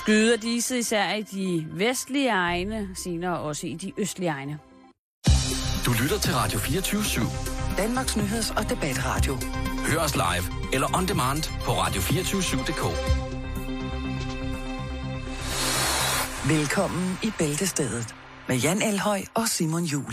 Skyder disse især i de vestlige egne, senere også i de østlige egne. Du lytter til Radio 24/7. Danmarks nyheds- og debatradio. Hør os live eller on demand på radio247.dk. Velkommen i Bæltestedet med Jan Elhøj og Simon Juhl.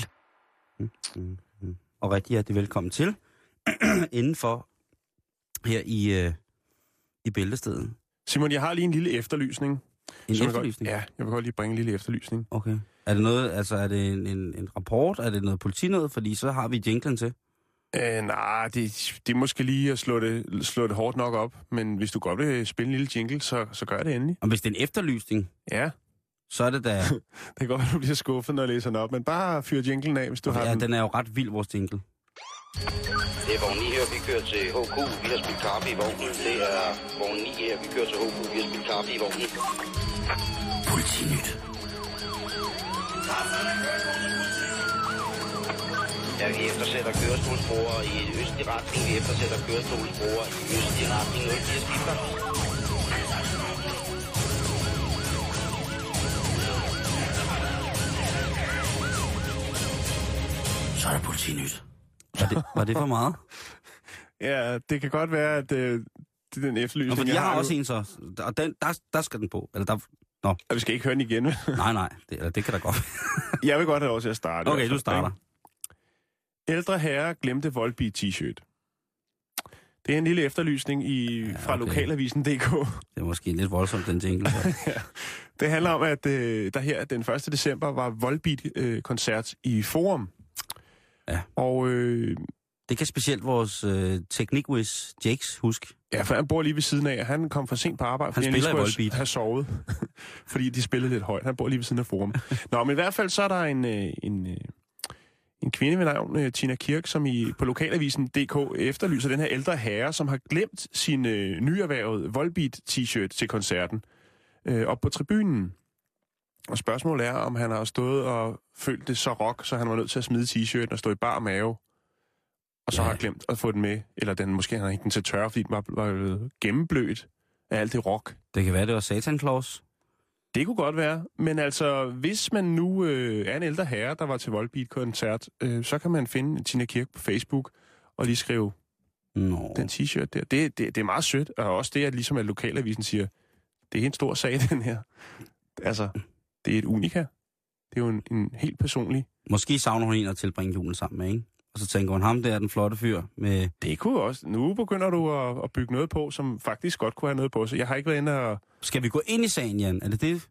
Og rigtig hjertelig velkommen til indenfor her i Bæltestedet. Simon, jeg har lige en lille efterlysning. En efterlysning? Jeg vil godt lige bringe en lille efterlysning. Okay. Er det noget, altså er det en rapport? Er det noget politinød? Fordi så har vi jinglen til. Nej, det er måske lige at slå det hårdt nok op. Men hvis du godt vil spille en lille jingle, så gør det endelig. Og hvis det er en efterlysning, ja, så er det da... det kan godt være, du bliver skuffet, når jeg læser den op. Men bare fyr jinglen af, hvis du har den. Ja, den er jo ret vild, vores jingle. Det er vogn 9 her, vi kører til HK. Vi har spillet kaffe i vognen. Det er vogn 9 her, vi kører til HK. Vi har spillet kaffe i vognen. Politinyt. Ja, vi eftersætter kørestolsbrugere i østlig retning. Vi eftersætter kørestolsbrugere i østlig retning. 04 skifter. Så er der politinyt. Var det for meget? Ja, det kan godt være, at det er den efterlysning, fordi jeg har også en så, og der skal den på. Eller der... Nå. Og vi skal ikke høre den igen. nej, det kan da godt. Jeg vil godt have lov til at starte. Okay, du starter. Ældre herre glemte Volbeat t-shirt. Det er en lille efterlysning fra lokalavisen.dk. Det er måske lidt voldsomt, den jingle. Ja. Det handler om, at der her den 1. december var Volbeat-koncert i Forum. Ja. Og det kan specielt vores teknikwiz Jakes huske. ja, for han bor lige ved siden af, og han kom for sent på arbejde, fordi han spiller i lige Volbeat. have sovet, fordi de spillede lidt højt. Han bor lige ved siden af Forum. Nå, men i hvert fald så er der en kvinde ved navn, Tina Kirk, som på lokalavisen.dk efterlyser den her ældre herre, som har glemt sin nyerhvervede Volbeat t-shirt til koncerten op på tribunen. Og spørgsmålet er, om han har stået og følt det så rock, så han var nødt til at smide t-shirten og stå i bar mave, og så har glemt at få den med. Eller måske han har ikke den til tørre, fordi den var gennemblødt af alt det rock. Det kan være, det var Satan Claus. Det kunne godt være, men altså, hvis man nu er en ældre herre, der var til Volbeat-koncert, så kan man finde Tina Kirk på Facebook og lige skrive den t-shirt der. Det er meget sødt, og også det, at ligesom at lokalavisen siger, det er en stor sag, den her. Altså, det er et unika. Det er jo en helt personlig... Måske savner hun en at tilbringe julen sammen med, ikke? Og så tænker hun, ham der er den flotte fyr med... Det kunne også. Nu begynder du at bygge noget på, som faktisk godt kunne have noget på sig. Jeg har ikke været inde og... Skal vi gå ind i sagen, Jan? Er det det?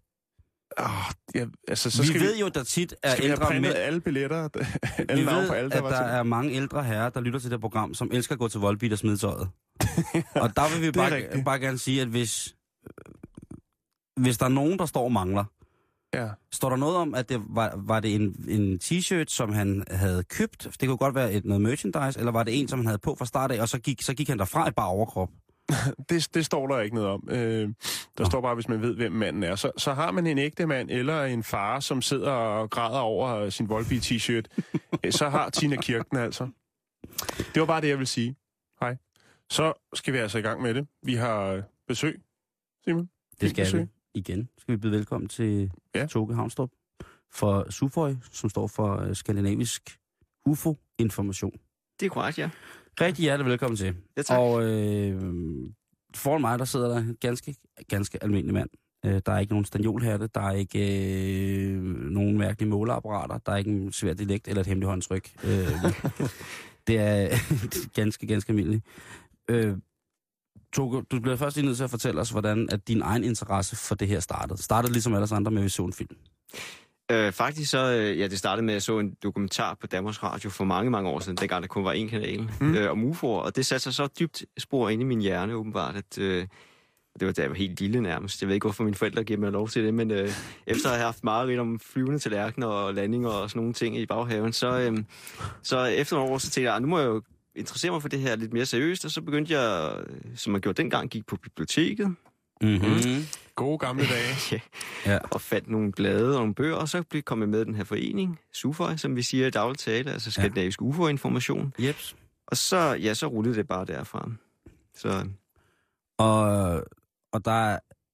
Så vi ved jo, der tit er ældre mænd... alle billetter, alle vi ved, alle, at der er mange ældre herrer, der lytter til det program, som elsker at gå til Volbeat og smide tøjet. Og der vil vi bare gerne sige, at hvis der er nogen, der står og mangler, står der noget om, at det var det en t-shirt, som han havde købt? Det kunne godt være noget merchandise, eller var det en, som han havde på fra start af, og så gik han derfra i bare overkrop? Det står der ikke noget om. Der står bare, hvis man ved, hvem manden er. Så har man en ægte mand eller en far, som sidder og græder over sin Volbeat t-shirt, så har Tina Kirk den altså. Det var bare det, jeg vil sige. Hej. Så skal vi altså i gang med det. Vi har besøg, Simon. Det skal vi. Igen skal vi byde velkommen til Toge Havnstrup for SUFOI, som står for Skandinavisk UFO-information. Det er korrekt, ja. Rigtig hjertelig velkommen til. Ja, tak. Og foran mig, der sidder der en ganske almindelig mand. Der er ikke nogen stanjolhærte, der er ikke nogen mærkelige måleapparater, der er ikke en svær dialekt eller et hemmeligt håndtryk. Det er ganske almindeligt. Toge, du bliver først lige nødt til at fortælle os, hvordan at din egen interesse for det her startede. Startede ligesom alle andre med, at vi så en film. Faktisk så, det startede med, at jeg så en dokumentar på Danmarks Radio for mange år siden, dengang der kun var én kanal, om UFO'er, og det satte sig så dybt spor ind i min hjerne, åbenbart, at det var da jeg var helt lille nærmest. Jeg ved ikke, hvorfor mine forældre giver mig lov til det, men efter at have haft meget om flyvende tallerkener og landinger og sådan nogle ting i baghaven, så efter nogle år, så tænkte jeg, nu må jeg jo interessere mig for det her lidt mere seriøst, og så begyndte jeg, som man gjorde dengang, gik på biblioteket. Mm-hmm. Gode gamle dage. Ja. Og fandt nogle blade og nogle bøger, og så kom jeg med i den her forening, SUFOI, som vi siger i dagligt tale, altså Skandinavisk UFO-information. Jeps. Og så rullede det bare derfra. Så... Og der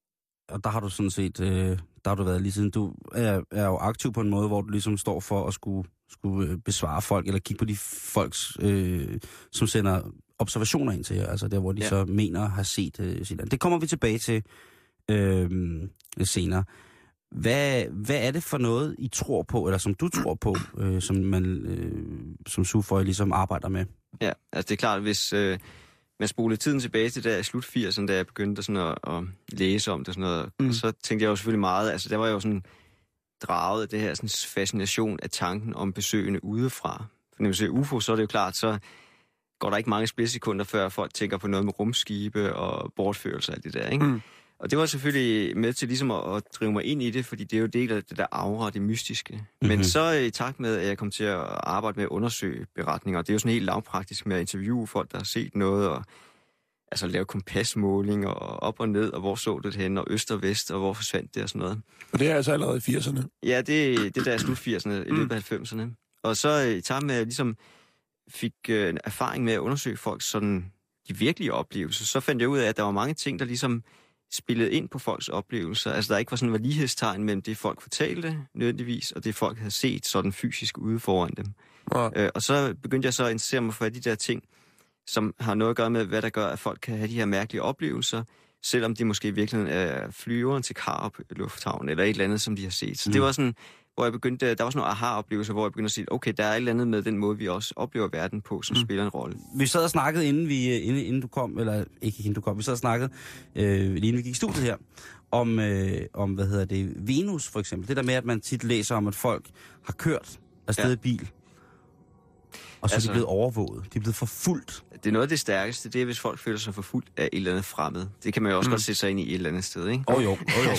og der har du sådan set, der har du været lige siden. Du er jo aktiv på en måde, hvor du ligesom står for at skulle besvare folk, eller kigge på de folks, som sender observationer ind til jer, altså der, hvor de så mener har set sit land. Det kommer vi tilbage til senere. Hvad er det for noget, I tror på, eller som du tror på, som man som Sufoy ligesom arbejder med? Ja, altså det er klart, hvis man spolede tiden tilbage til der i slut 80'erne, da jeg begyndte sådan at læse om det, sådan noget, så tænkte jeg jo selvfølgelig meget, altså der var jo sådan draget af det her sådan fascination af tanken om besøgende udefra. For når man ser UFO, så er det jo klart, så går der ikke mange splitsekunder, før folk tænker på noget med rumskibe og bortførelse og alt det der, ikke? Og det var selvfølgelig med til ligesom at drive mig ind i det, fordi det er jo del af det der aura, det mystiske. Men så i takt med, at jeg kom til at arbejde med at undersøge beretninger, det er jo sådan helt lavpraktisk med at interviewe folk, der har set noget, og altså lave kompasmåling og op og ned, og hvor så det hen, og øst og vest, og hvor forsvandt det og sådan noget. Og det er altså allerede i 80'erne? Ja, det der er slut 80'erne, i løbet af 90'erne. Og så i takt med, at jeg ligesom fik en erfaring med at undersøge folks sådan de virkelige oplevelser, så fandt jeg ud af, at der var mange ting, der ligesom spillede ind på folks oplevelser. Altså der ikke var sådan en lighedstegn mellem det, folk fortalte nødvendigvis, og det, folk havde set sådan fysisk ude foran dem. Ja. Og så begyndte jeg så at interessere mig for de der ting, som har noget at gøre med, hvad der gør, at folk kan have de her mærkelige oplevelser, selvom de måske i virkeligheden er flyveren til Karup Lufthavn, eller et eller andet, som de har set. Så det var sådan, hvor jeg begyndte, der var sådan nogle aha-oplevelser, hvor jeg begyndte at sige, okay, der er et eller andet med den måde, vi også oplever verden på, som spiller en rolle. Vi sad og snakkede, inden du kom, eller ikke inden du kom, vi sad og snakkede, lige inden vi gik i studiet her, om Venus for eksempel. Det der med, at man tit læser om, at folk har kørt afsted i bil, og så er de blevet overvåget. De er blevet forfulgt. Det er noget af det stærkeste, det er, hvis folk føler sig forfulgt af et eller andet fremmed. Det kan man jo også godt sætte sig ind i et eller andet sted, ikke? Jo.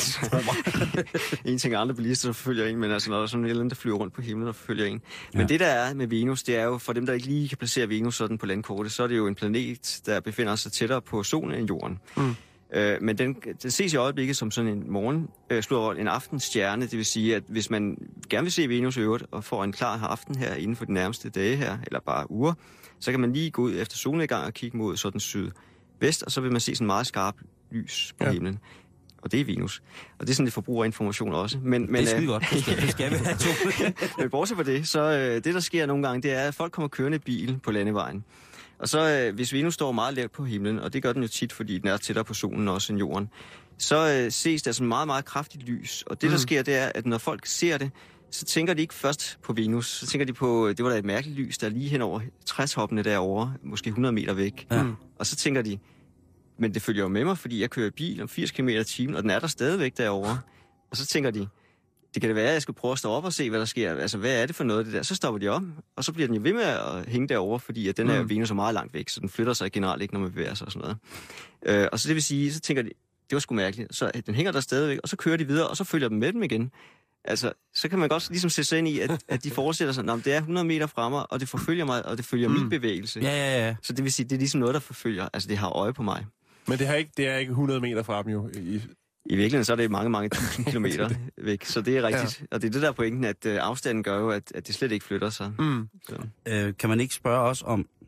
En ting er andre bilister, der forfølger en, men altså når der er sådan et eller andet, der flyver rundt på himlen og forfølger en. Men det, der er med Venus, det er jo, for dem, der ikke lige kan placere Venus sådan på landkortet, så er det jo en planet, der befinder sig tættere på solen end jorden. Men den ses i øjeblikket som sådan en aftenstjerne, det vil sige, at hvis man gerne vil se Venus øvrigt, og får en klar aften her inden for de nærmeste dage her, eller bare uger, så kan man lige gå ud efter solnedgang og kigge mod sådan sydvest, og så vil man se sådan meget skarp lys på himlen. Og det er Venus. Og det er sådan lidt forbrugerinformation også. Men det er skide godt. Det skal vi have to. Men bortset fra det, så det, der sker nogle gange, det er, at folk kommer kørende i bil på landevejen. Og så hvis Venus står meget lavt på himlen, og det gør den jo tit, fordi den er tættere på solen også end jorden, så ses der sådan meget, meget kraftigt lys. Og det, der sker, det er, at når folk ser det, så tænker de ikke først på Venus. Så tænker de på, det var da et mærkeligt lys, der er lige hen over træstoppene derovre, måske 100 meter væk. Og så tænker de, men det følger jo med mig, fordi jeg kører bil om 80 km/t, og den er der stadigvæk derovre. Og så tænker de, det kan det være, at jeg skal prøve at stå op og se, hvad der sker. Altså, hvad er det for noget, det der? Så stopper de op, og så bliver den jo ved med at hænge derovre, fordi at den her Venus er meget langt væk, så den flytter sig generelt ikke, når man bevæger sig og sådan noget. Og så det vil sige, så tænker de, det var sgu mærkeligt. Så den hænger der stadigvæk, og så kører de videre, og så følger den med dem igen. Altså, så kan man godt ligesom sætte sig ind i, at de forestiller sig, at det er 100 meter fra mig, og det forfølger mig, og det følger min bevægelse. Ja. Så det vil sige, det er ligesom noget, der forfølger. Altså, det har øje på mig. Men det er ikke 100 meter fra dem jo. I virkeligheden så er det mange, mange tusind kilometer væk, så det er rigtigt. Ja. Og det er det der pointen, at afstanden gør jo, at det slet ikke flytter sig. Kan man ikke spørge os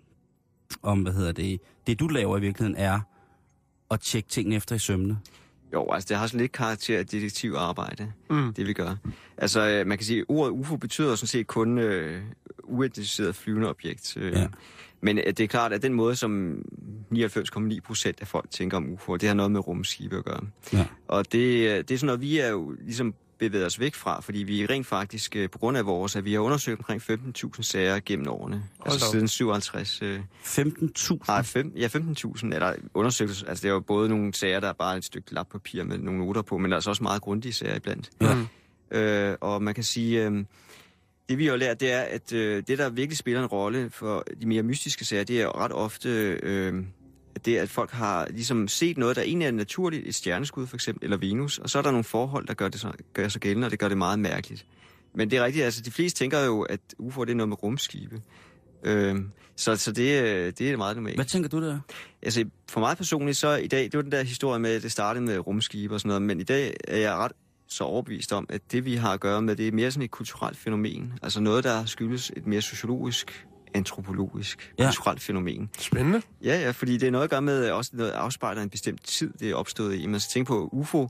om det du laver i virkeligheden er at tjekke tingene efter i sømmene? Jo, altså det har sådan lidt karakter af detektivarbejde, det vi gør. Altså man kan sige, at ordet UFO betyder sådan set kun uidentificeret flyvende objekt. Men det er klart, at den måde, som 99,9% af folk tænker om UFO, det har noget med rumskibe at gøre. Ja. Og det er sådan noget, vi er jo ligesom bevæget os væk fra, fordi vi rent faktisk, på grund af vores, at vi har undersøgt omkring 15.000 sager gennem årene. Altså siden 57. 15.000? Nej, 15.000 er der undersøgt. Altså det er jo både nogle sager, der er bare et stykke lappapir med nogle noter på, men der er altså også meget grundige sager iblandt. Ja. Og man kan sige... Det vi har lært, det er, at det, der virkelig spiller en rolle for de mere mystiske sager, det er jo ret ofte det, at folk har ligesom set noget, der egentlig er naturligt, et stjerneskud for eksempel, eller Venus, og så er der nogle forhold, der gør sig gældende, og det gør det meget mærkeligt. Men det er rigtigt, altså de fleste tænker jo, at UFO det er noget med rumskibe. Så det er meget normalt. Hvad tænker du der? Altså for mig personligt, så i dag, det var den der historie med, at det startede med rumskibe og sådan noget, men i dag er jeg ret så overbevist om, at det, vi har at gøre med, det er mere sådan et kulturelt fænomen. Altså noget, der skyldes et mere sociologisk, antropologisk, kulturelt fænomen. Spændende. Ja, fordi det er noget at gøre med, også noget afspejler en bestemt tid, det er opstået i. Man skal tænke på, UFO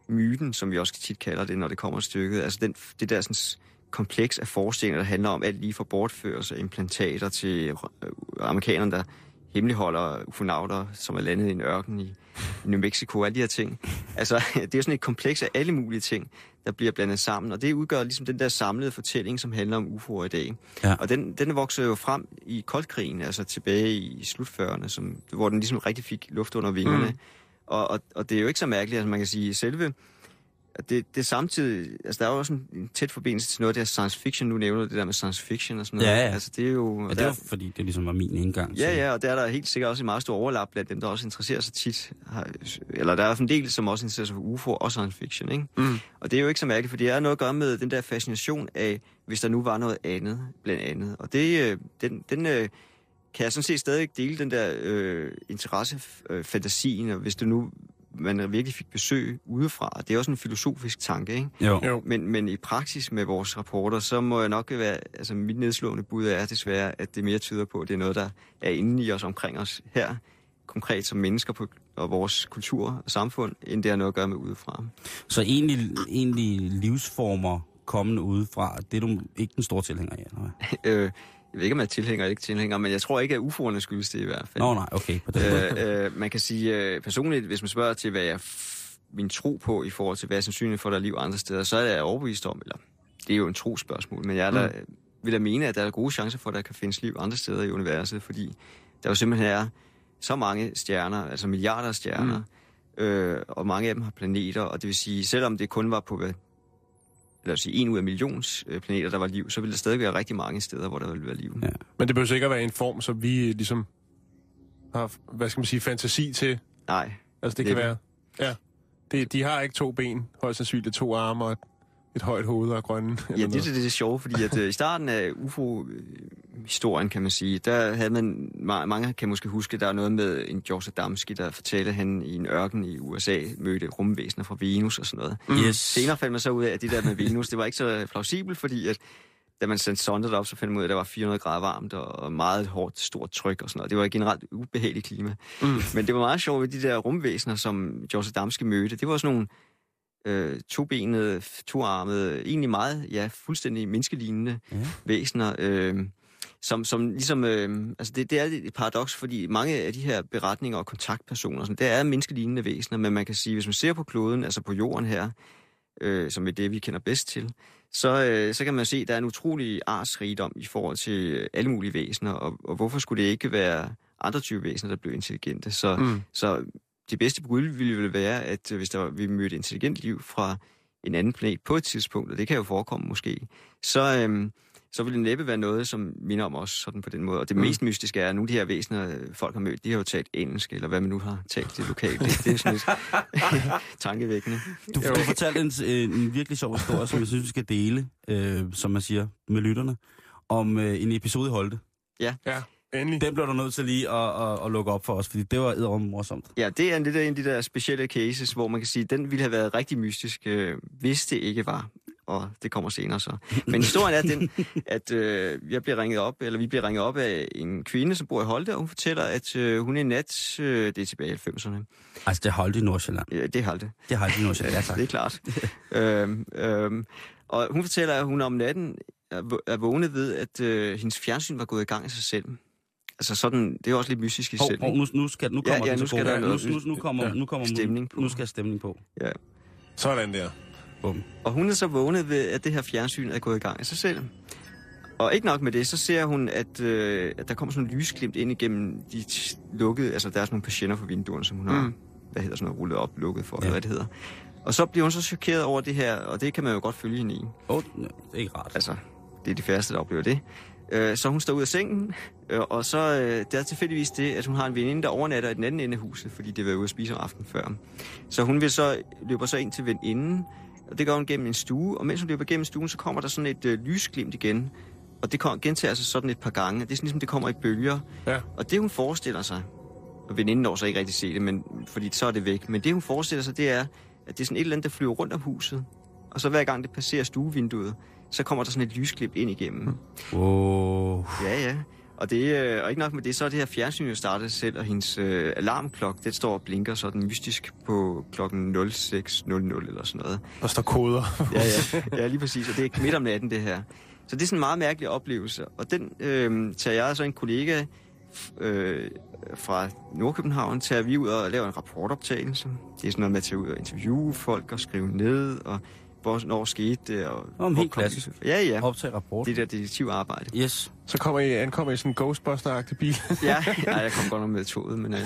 myten, som vi også tit kalder det, når det kommer stykket. Altså det der sådan kompleks af forestillinger, der handler om alt lige fra bortførelse af implantater til amerikanerne, der hemmeligholder ufonauter, som er landet i en ørken i New Mexico, alle de her ting. Altså, det er sådan et kompleks af alle mulige ting, der bliver blandet sammen, og det udgør ligesom den der samlede fortælling, som handler om UFO'er i dag. Ja. Og den voksede jo frem i koldkrigen, altså tilbage i slut-40'erne, hvor den ligesom rigtig fik luft under vingerne. Og det er jo ikke så mærkeligt, altså man kan sige, selve det samtidig, altså der er jo også en tæt forbindelse til noget af det her science fiction. Nu nævner det der med science fiction og sådan noget. Ja. Altså det er jo... Ja, det er fordi det ligesom var min indgang. Ja, og der er der helt sikkert også en meget stor overlap blandt dem, der også interesserer sig tit. Eller der er en del, som også interesserer sig for UFO og science fiction, ikke? Og det er jo ikke så mærkeligt, for det er noget at gøre med den der fascination af, hvis der nu var noget andet, blandt andet. Og det, den kan jeg sådan set stadig dele den der interesse, og hvis det nu man virkelig fik besøg udefra. Det er også en filosofisk tanke, ikke? Jo. Men i praksis med vores rapporter, så må jeg nok være... Altså, mit nedslående bud er desværre, at det mere tyder på, at det er noget, der er inde i os, omkring os her, konkret som mennesker på, og vores kultur og samfund, end det har noget at gøre med udefra. Så egentlig livsformer kommende udefra, det er du ikke den store tilhænger af, eller hvad? Jeg ved ikke, om jeg er tilhænger eller ikke tilhænger, men jeg tror ikke, at UFO'erne skyldes det i hvert fald. Nå, nej, okay. På den man kan sige, personligt, hvis man spørger til, hvad jeg min tro på i forhold til, hvad er sandsynligt for, at der er liv andre steder, så er jeg overbevist om, eller det er jo en trospørgsmål, men jeg vil da mene, at der er gode chancer for, at der kan findes liv andre steder i universet, fordi der jo simpelthen er så mange stjerner, altså milliarder af stjerner, og mange af dem har planeter, og det vil sige, selvom det kun var på lad os sige, 1 ud af millions planeter, der var liv, så ville der stadig være rigtig mange steder, hvor der ville være liv. Ja. Men det behøver ikke være en form, som vi ligesom har, hvad skal man sige, fantasi til. Nej. Altså det kan være, de har ikke 2 ben, højst sandsynligt 2 arme og et højt hoved og grønne. Ja, det er sjovt, fordi at i starten af UFO-historien, kan man sige, der havde man, mange kan måske huske, der er noget med en George Adamski, der fortalte, at han i en ørken i USA mødte rumvæsener fra Venus og sådan noget. Yes. Senere fandt man så ud af, at det der med Venus, det var ikke så plausibelt, fordi at da man sendte sonder op, så fandt man ud af, at der var 400 grader varmt og meget hårdt, stort tryk og sådan noget. Det var et generelt ubehageligt klima. Men det var meget sjovt ved de der rumvæsener, som George Adamski mødte. Det var sådan nogle tobenede, toarmede, egentlig meget, fuldstændig menneskelignende væsener, som ligesom, altså det er et paradoks, fordi mange af de her beretninger og kontaktpersoner, sådan, det er menneskelignende væsener, men man kan sige, hvis man ser på kloden, altså på jorden her, som er det, vi kender bedst til, så kan man se, at der er en utrolig artsrigdom i forhold til alle mulige væsener, og hvorfor skulle det ikke være andre typer væsener, der blev intelligente? Så det bedste bud ville vel være, at hvis vi mødte intelligent liv fra en anden planet på et tidspunkt, og det kan jo forekomme måske, så vil det næppe være noget, som minder om os sådan på den måde. Og det mest mystiske er, at nogle af de her væsener, folk har mødt, de har jo talt engelsk, eller hvad man nu har talt det lokalt. Det er sådan lidt tankevækkende. Du fortalte en virkelig sjov historie, som jeg synes, vi skal dele, som man siger, med lytterne, om en episode i Holte. Ja. Endelig. Den blev du nødt til lige at lukke op for os, fordi det var eddermame morsomt. Ja, det er en af de der specielle cases, hvor man kan sige, at den ville have været rigtig mystisk, hvis det ikke var. Og det kommer senere så. Men historien er den, at vi bliver ringet op af en kvinde, som bor i Holte, og hun fortæller, at hun i nat, det er tilbage i 90'erne. Altså, det er Holte i Nordsjælland. Ja, det er Holte. Det er Holte i Nordsjælland, ja tak. Det er klart. Og hun fortæller, at hun om natten er vågnet ved, at hendes fjernsyn var gået i gang af sig selv. Altså sådan, det er også lidt mystisk i selv. Nu kommer stemning på. Nu skal stemning på. Ja. Sådan der. Bum. Og hun er så vågnet ved, at det her fjernsyn er gået i gang af sig selv. Og ikke nok med det, så ser hun, at der kommer sådan en lysglimt ind igennem de lukkede, altså der er sådan nogle patienter for vinduerne, som hun har, rullet op, lukket for, eller hvad det hedder. Og så bliver hun så chokeret over det her, og det kan man jo godt følge hende i. Det er ikke rart. Altså, det er de færreste, der oplever det. Så hun står ud af sengen, og så der er tilfældigvis det, at hun har en veninde, der overnatter i den anden ende af huset, fordi det var ude at spise om aftenen før. Så hun løber så ind til veninden, og det går hun gennem en stue, og mens hun løber gennem stuen, så kommer der sådan et lysglimt igen, og det gentager sig sådan et par gange. Det er sådan ligesom, det kommer i bølger. Ja. Og det hun forestiller sig, og veninden når så ikke rigtig se det, men, fordi så er det væk, men det hun forestiller sig, det er, at det er sådan et eller andet, der flyver rundt om huset, og så hver gang det passerer stuevinduet, så kommer der sådan et lysglimt ind igennem. Wow. Ja. Og ikke nok med det, så er det her fjernsyn jo startet selv, og hendes alarmklokke, det står og blinker sådan mystisk på klokken 06.00 eller sådan noget. Der står koder. ja, lige præcis, og det er midt om natten, det her. Så det er sådan en meget mærkelig oplevelse, og den tager jeg så en kollega fra Nordkøbenhavn, tager vi ud og laver en rapportoptagelse. Det er sådan noget med at tage ud og interviewe folk og skrive ned, og hvornår skete det. Og helt klassisk. Ja. Optage rapport. Det der detektivarbejde. Yes. Så ankommer I sådan en Ghostbuster-agtig bil. ja, jeg kom godt nok med toget, men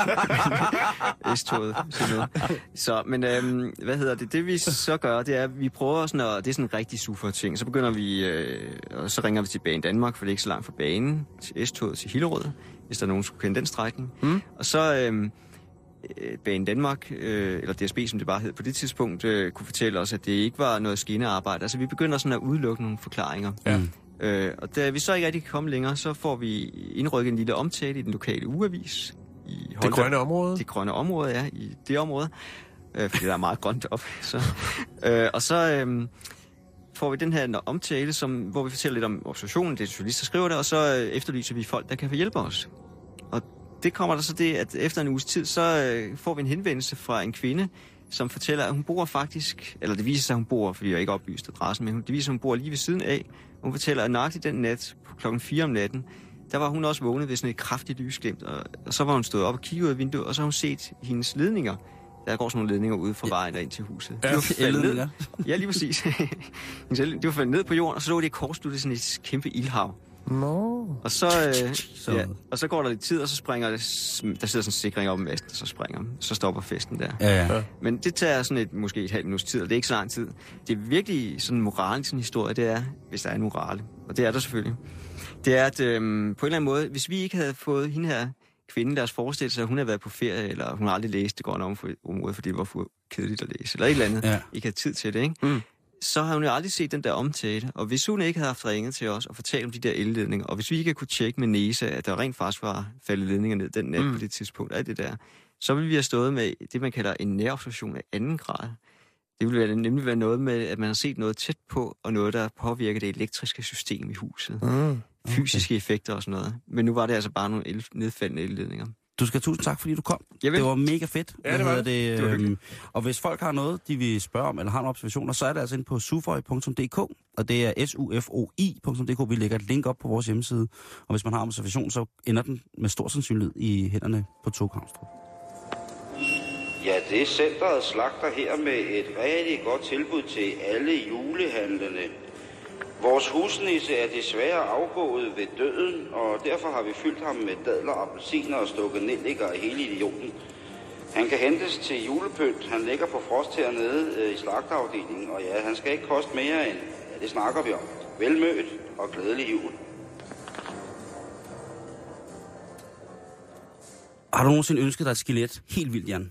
S-toget. Så, men hvad hedder det? Det vi så gør, det er, at vi prøver sådan, og det er sådan en rigtig super ting. Så begynder vi, og så ringer vi til Banen Danmark, for det er ikke så langt fra banen, til S-toget til Hillerød, hvis der er nogen, der skulle kende den strækning. Og så Banen Danmark, eller DSB, som det bare hed på det tidspunkt, kunne fortælle os, at det ikke var noget skinnearbejde. Altså vi begynder sådan at udelukke nogle forklaringer. Ja. Og da vi så ikke rigtig kan komme længere, så får vi indrykket en lille omtale i den lokale ugeavis. Det grønne område? Det grønne område, ja, i det område. Fordi der er meget grønt op. Så. Og så får vi den her omtale, hvor vi fortæller lidt om observationen, det er journalister, der skriver det, og så efterlyser vi folk, der kan få hjælpe os. Og det kommer der så det, at efter en uges tid, så får vi en henvendelse fra en kvinde, som fortæller, at hun bor faktisk, eller det viser sig, at hun bor, fordi jeg ikke oplyst adressen, men det viser sig, at hun bor lige ved siden af. Hun fortæller, at nøjagtigt den nat, klokken 4 om natten, der var hun også vågnet ved sådan et kraftigt lysglimt, og så var hun stået op og kigget ud af vinduet, og så har hun set hendes ledninger. Der går sådan nogle ledninger ude fra vejen og ind til huset. Ja, de var faldet ned. Ja, lige præcis. De var faldet ned på jorden, og så lå de korsluttet sådan et kæmpe ildhav. No. Og så går der lidt tid, og så springer der sidder sådan en sikring op i masten, så stopper festen der. Ja. Men det tager sådan måske et halvt minuts tid, og det er ikke så lang tid. Det er virkelig sådan en moral i sådan en historie, det er, hvis der er en morale, og det er der selvfølgelig. Det er, at på en eller anden måde, hvis vi ikke havde fået hende her kvinde, deres forestillelse, at hun havde været på ferie, eller hun har aldrig læst det grønne område, fordi det var for kedeligt at læse, eller et eller andet, ikke havde tid til det, ikke? Så har hun jo aldrig set den der omtale. Og hvis hun ikke havde haft ringet til os og fortalt om de der elledninger, og hvis vi ikke kunne tjekke med NESA, at der rent faktisk var faldet ledninger ned den nat på det tidspunkt, alt det der, så ville vi have stået med det, man kalder en nærobservation af 2. grad. Det ville nemlig være noget med, at man har set noget tæt på, og noget, der påvirker det elektriske system i huset. Fysiske effekter og sådan noget. Men nu var det altså bare nogle nedfaldende elledninger. Du skal tusind tak, fordi du kom. Det var mega fedt. Ja, det var det. Og hvis folk har noget, de vil spørge om, eller har nogle observationer, så er det altså inde på sufoi.dk, og det er sufoi.dk. Vi lægger et link op på vores hjemmeside, og hvis man har observation, så ender den med stor sandsynlighed i hænderne på Tog Havnstrup. Ja, det er centret slagter her med et rigtig godt tilbud til alle julehandlerne. Vores husnisse er desværre afgået ved døden, og derfor har vi fyldt ham med dadler, appelsiner og stukket nelliker af hele idioten. Han kan hentes til julepynt. Han ligger på frost hernede i slagterafdelingen, og ja, han skal ikke koste mere end, ja, det snakker vi om. Velmødt og glædelig jul. Har du nogensinde ønsket dig et skelet? Helt vildt, Jan.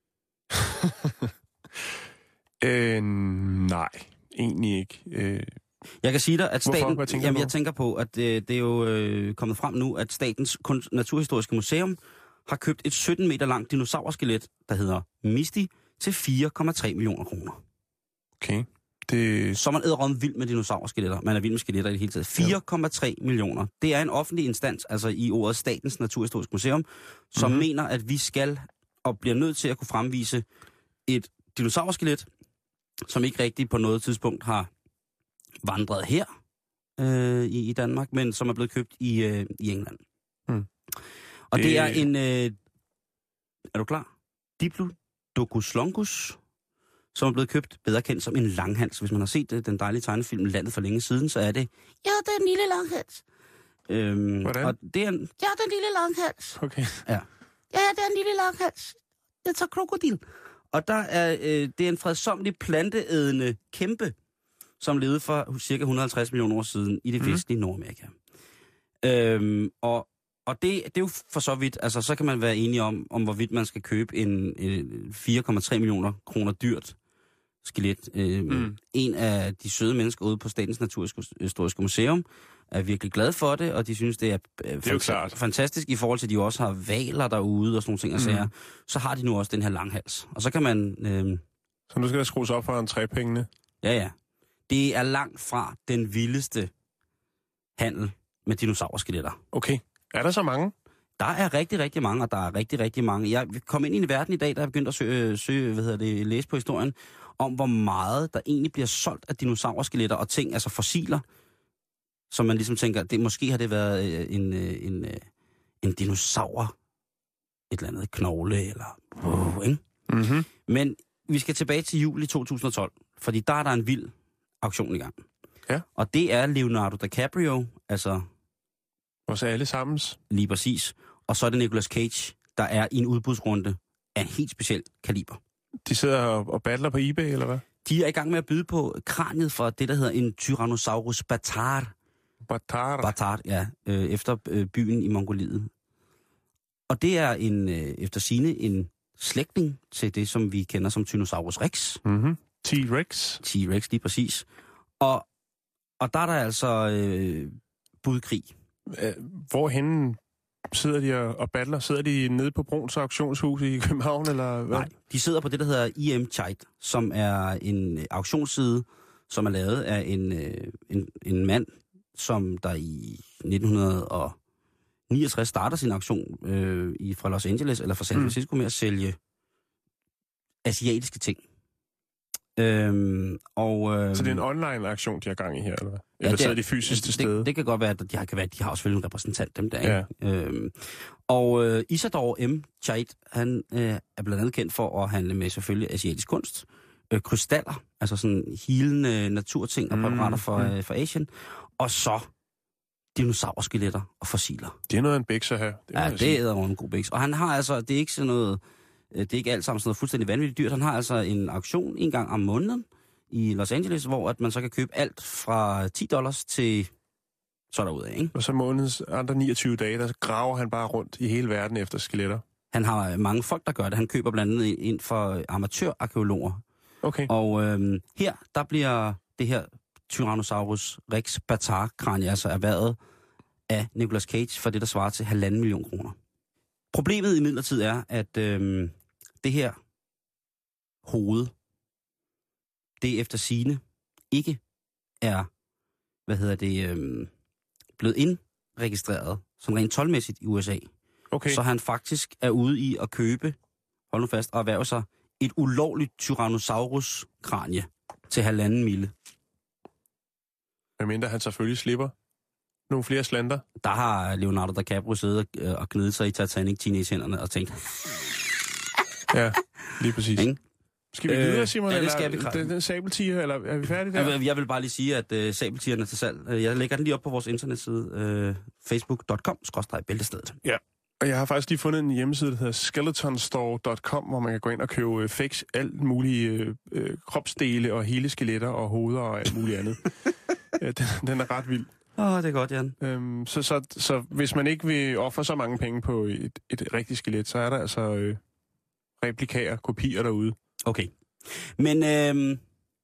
Nej, egentlig ikke. Jeg kan sige dig, at staten... Hvorfor? Jeg tænker på, at det er jo kommet frem nu, at Statens Naturhistoriske Museum har købt et 17 meter langt dinosaurskelet, der hedder Misty, til 4,3 millioner kroner. Okay. Så er man æderrømme vild med dinosaurskeletter. Man er vild med skeletter i det hele taget. 4,3 millioner. Det er en offentlig instans, altså i ordet Statens Naturhistoriske Museum, som mener, at vi skal og bliver nødt til at kunne fremvise et dinosaurskelet, som ikke rigtigt på noget tidspunkt har vandret her i Danmark, men som er blevet købt i England. Og det er en... er du klar? Diplodocus longus, som er blevet købt, bedre kendt som en langhals. Hvis man har set den dejlige tegnefilm Landet for længe siden, så er det... Ja, det er en lille langhals. Hvordan? Og det er en... Ja, det er en lille langhals. Okay. Ja. Ja, det er en lille langhals. Det tager krokodil. Og der er, det er en fredsommelig planteædende kæmpe, som levede for cirka 150 millioner år siden i det vestlige Nordamerika. Og det er jo for så vidt, altså så kan man være enige om hvorvidt man skal købe en 4,3 millioner kroner dyrt skelet. En af de søde mennesker ude på Statens Naturhistoriske Museum er virkelig glad for det, og de synes, det er fantastisk i forhold til, at de også har hvaler derude og sådan nogle ting og sager. Så har de nu også den her langhals. Og så kan man... Så nu skal der skrues op for entrépengene? Ja. Det er langt fra den vildeste handel med dinosaurskeletter. Okay. Er der så mange? Der er rigtig, rigtig mange, og der er rigtig, rigtig mange. Jeg kom ind i en verden i dag, der er begyndt at læse på historien, om hvor meget der egentlig bliver solgt af dinosaurskeletter og ting, altså fossiler, som man ligesom tænker, måske har det været en dinosaur, et eller andet knogle, eller ikke? Mm-hmm. Men vi skal tilbage til juli 2012, fordi der er der en vild auktion i gang. Ja. Og det er Leonardo DiCaprio, altså... Også alle sammens. Lige præcis. Og så er det Nicolas Cage, der er i en udbudsrunde af en helt speciel kaliber. De sidder og battler på eBay, eller hvad? De er i gang med at byde på kraniet for det, der hedder en Tyrannosaurus Batard. Batard, ja. Efter byen i Mongoliet. Og det er efter sigende en slægtning til det, som vi kender som Tyrannosaurus Rex. Mm-hmm. T-Rex. T-Rex, lige præcis. Og der er der altså budkrig. Hvorhenne sidder de og battler? Sidder de nede på Bruns auktionshus i København, eller hvad? Nej, de sidder på det, der hedder IM-Chite, som er en auktionsside, som er lavet af en mand, som der i 1969 starter sin auktion fra Los Angeles eller fra San Francisco med at sælge asiatiske ting. Så det er en online-aktion, de har gang i her, eller hvad? Eller sidder de fysisk til stede? Det kan godt være, at de har også vel en repræsentant, dem der. Ja. Isadore M. Chait, han er blandt andet kendt for at handle med selvfølgelig asiatisk kunst, krystaller, altså sådan healende naturting og præparater for Asien, og så dinosaurskeletter og fossiler. Det er noget af en bæks at have. Det er en god bæks. Og han har altså, det er ikke sådan noget, det er ikke alt sammen sådan noget fuldstændig vanvittigt dyrt. Han har altså en auktion en gang om måneden i Los Angeles, hvor at man så kan købe alt fra $10 til så derudad, ikke? Og så månedens andre 29 dage, der graver han bare rundt i hele verden efter skeletter. Han har mange folk, der gør det. Han køber blandt andet ind for amatørarkæologer. Okay. Og her, der bliver det her Tyrannosaurus Rex Batard-kranie altså erhvervet af Nicolas Cage for det, der svarer til 1,5 million kroner. Problemet imidlertid er, at det her hoved, det efter sigende ikke er, blevet indregistreret som rent toldmæssigt i USA. Okay. Så han faktisk er ude i at købe, hold nu fast, og erhverve sig et ulovligt Tyrannosaurus-kranie til 1,5 mille. Medmindre han selvfølgelig slipper nogle flere slanter. Der har Leonardo DiCaprio siddet og gnidet sig i Titanic Teenage-hænderne og tænkt... Ja, lige præcis. Ikke? Skal vi videre, Simon? Ja, det skal vi. Den sabeltiger, eller er vi færdige der? Jeg vil bare lige sige, at sabeltigerne er til salg. Jeg lægger den lige op på vores internetside, facebook.com/bæltestedet. Ja, og jeg har faktisk lige fundet en hjemmeside, der hedder skeletonstore.com, hvor man kan gå ind og købe fix alt mulige kropsdele og hele skeletter og hoveder og alt muligt andet. Den er ret vild. Det er godt, Jan. Så hvis man ikke vil ofre så mange penge på et rigtigt skelet, så er der altså replikager, kopier derude. Okay. Men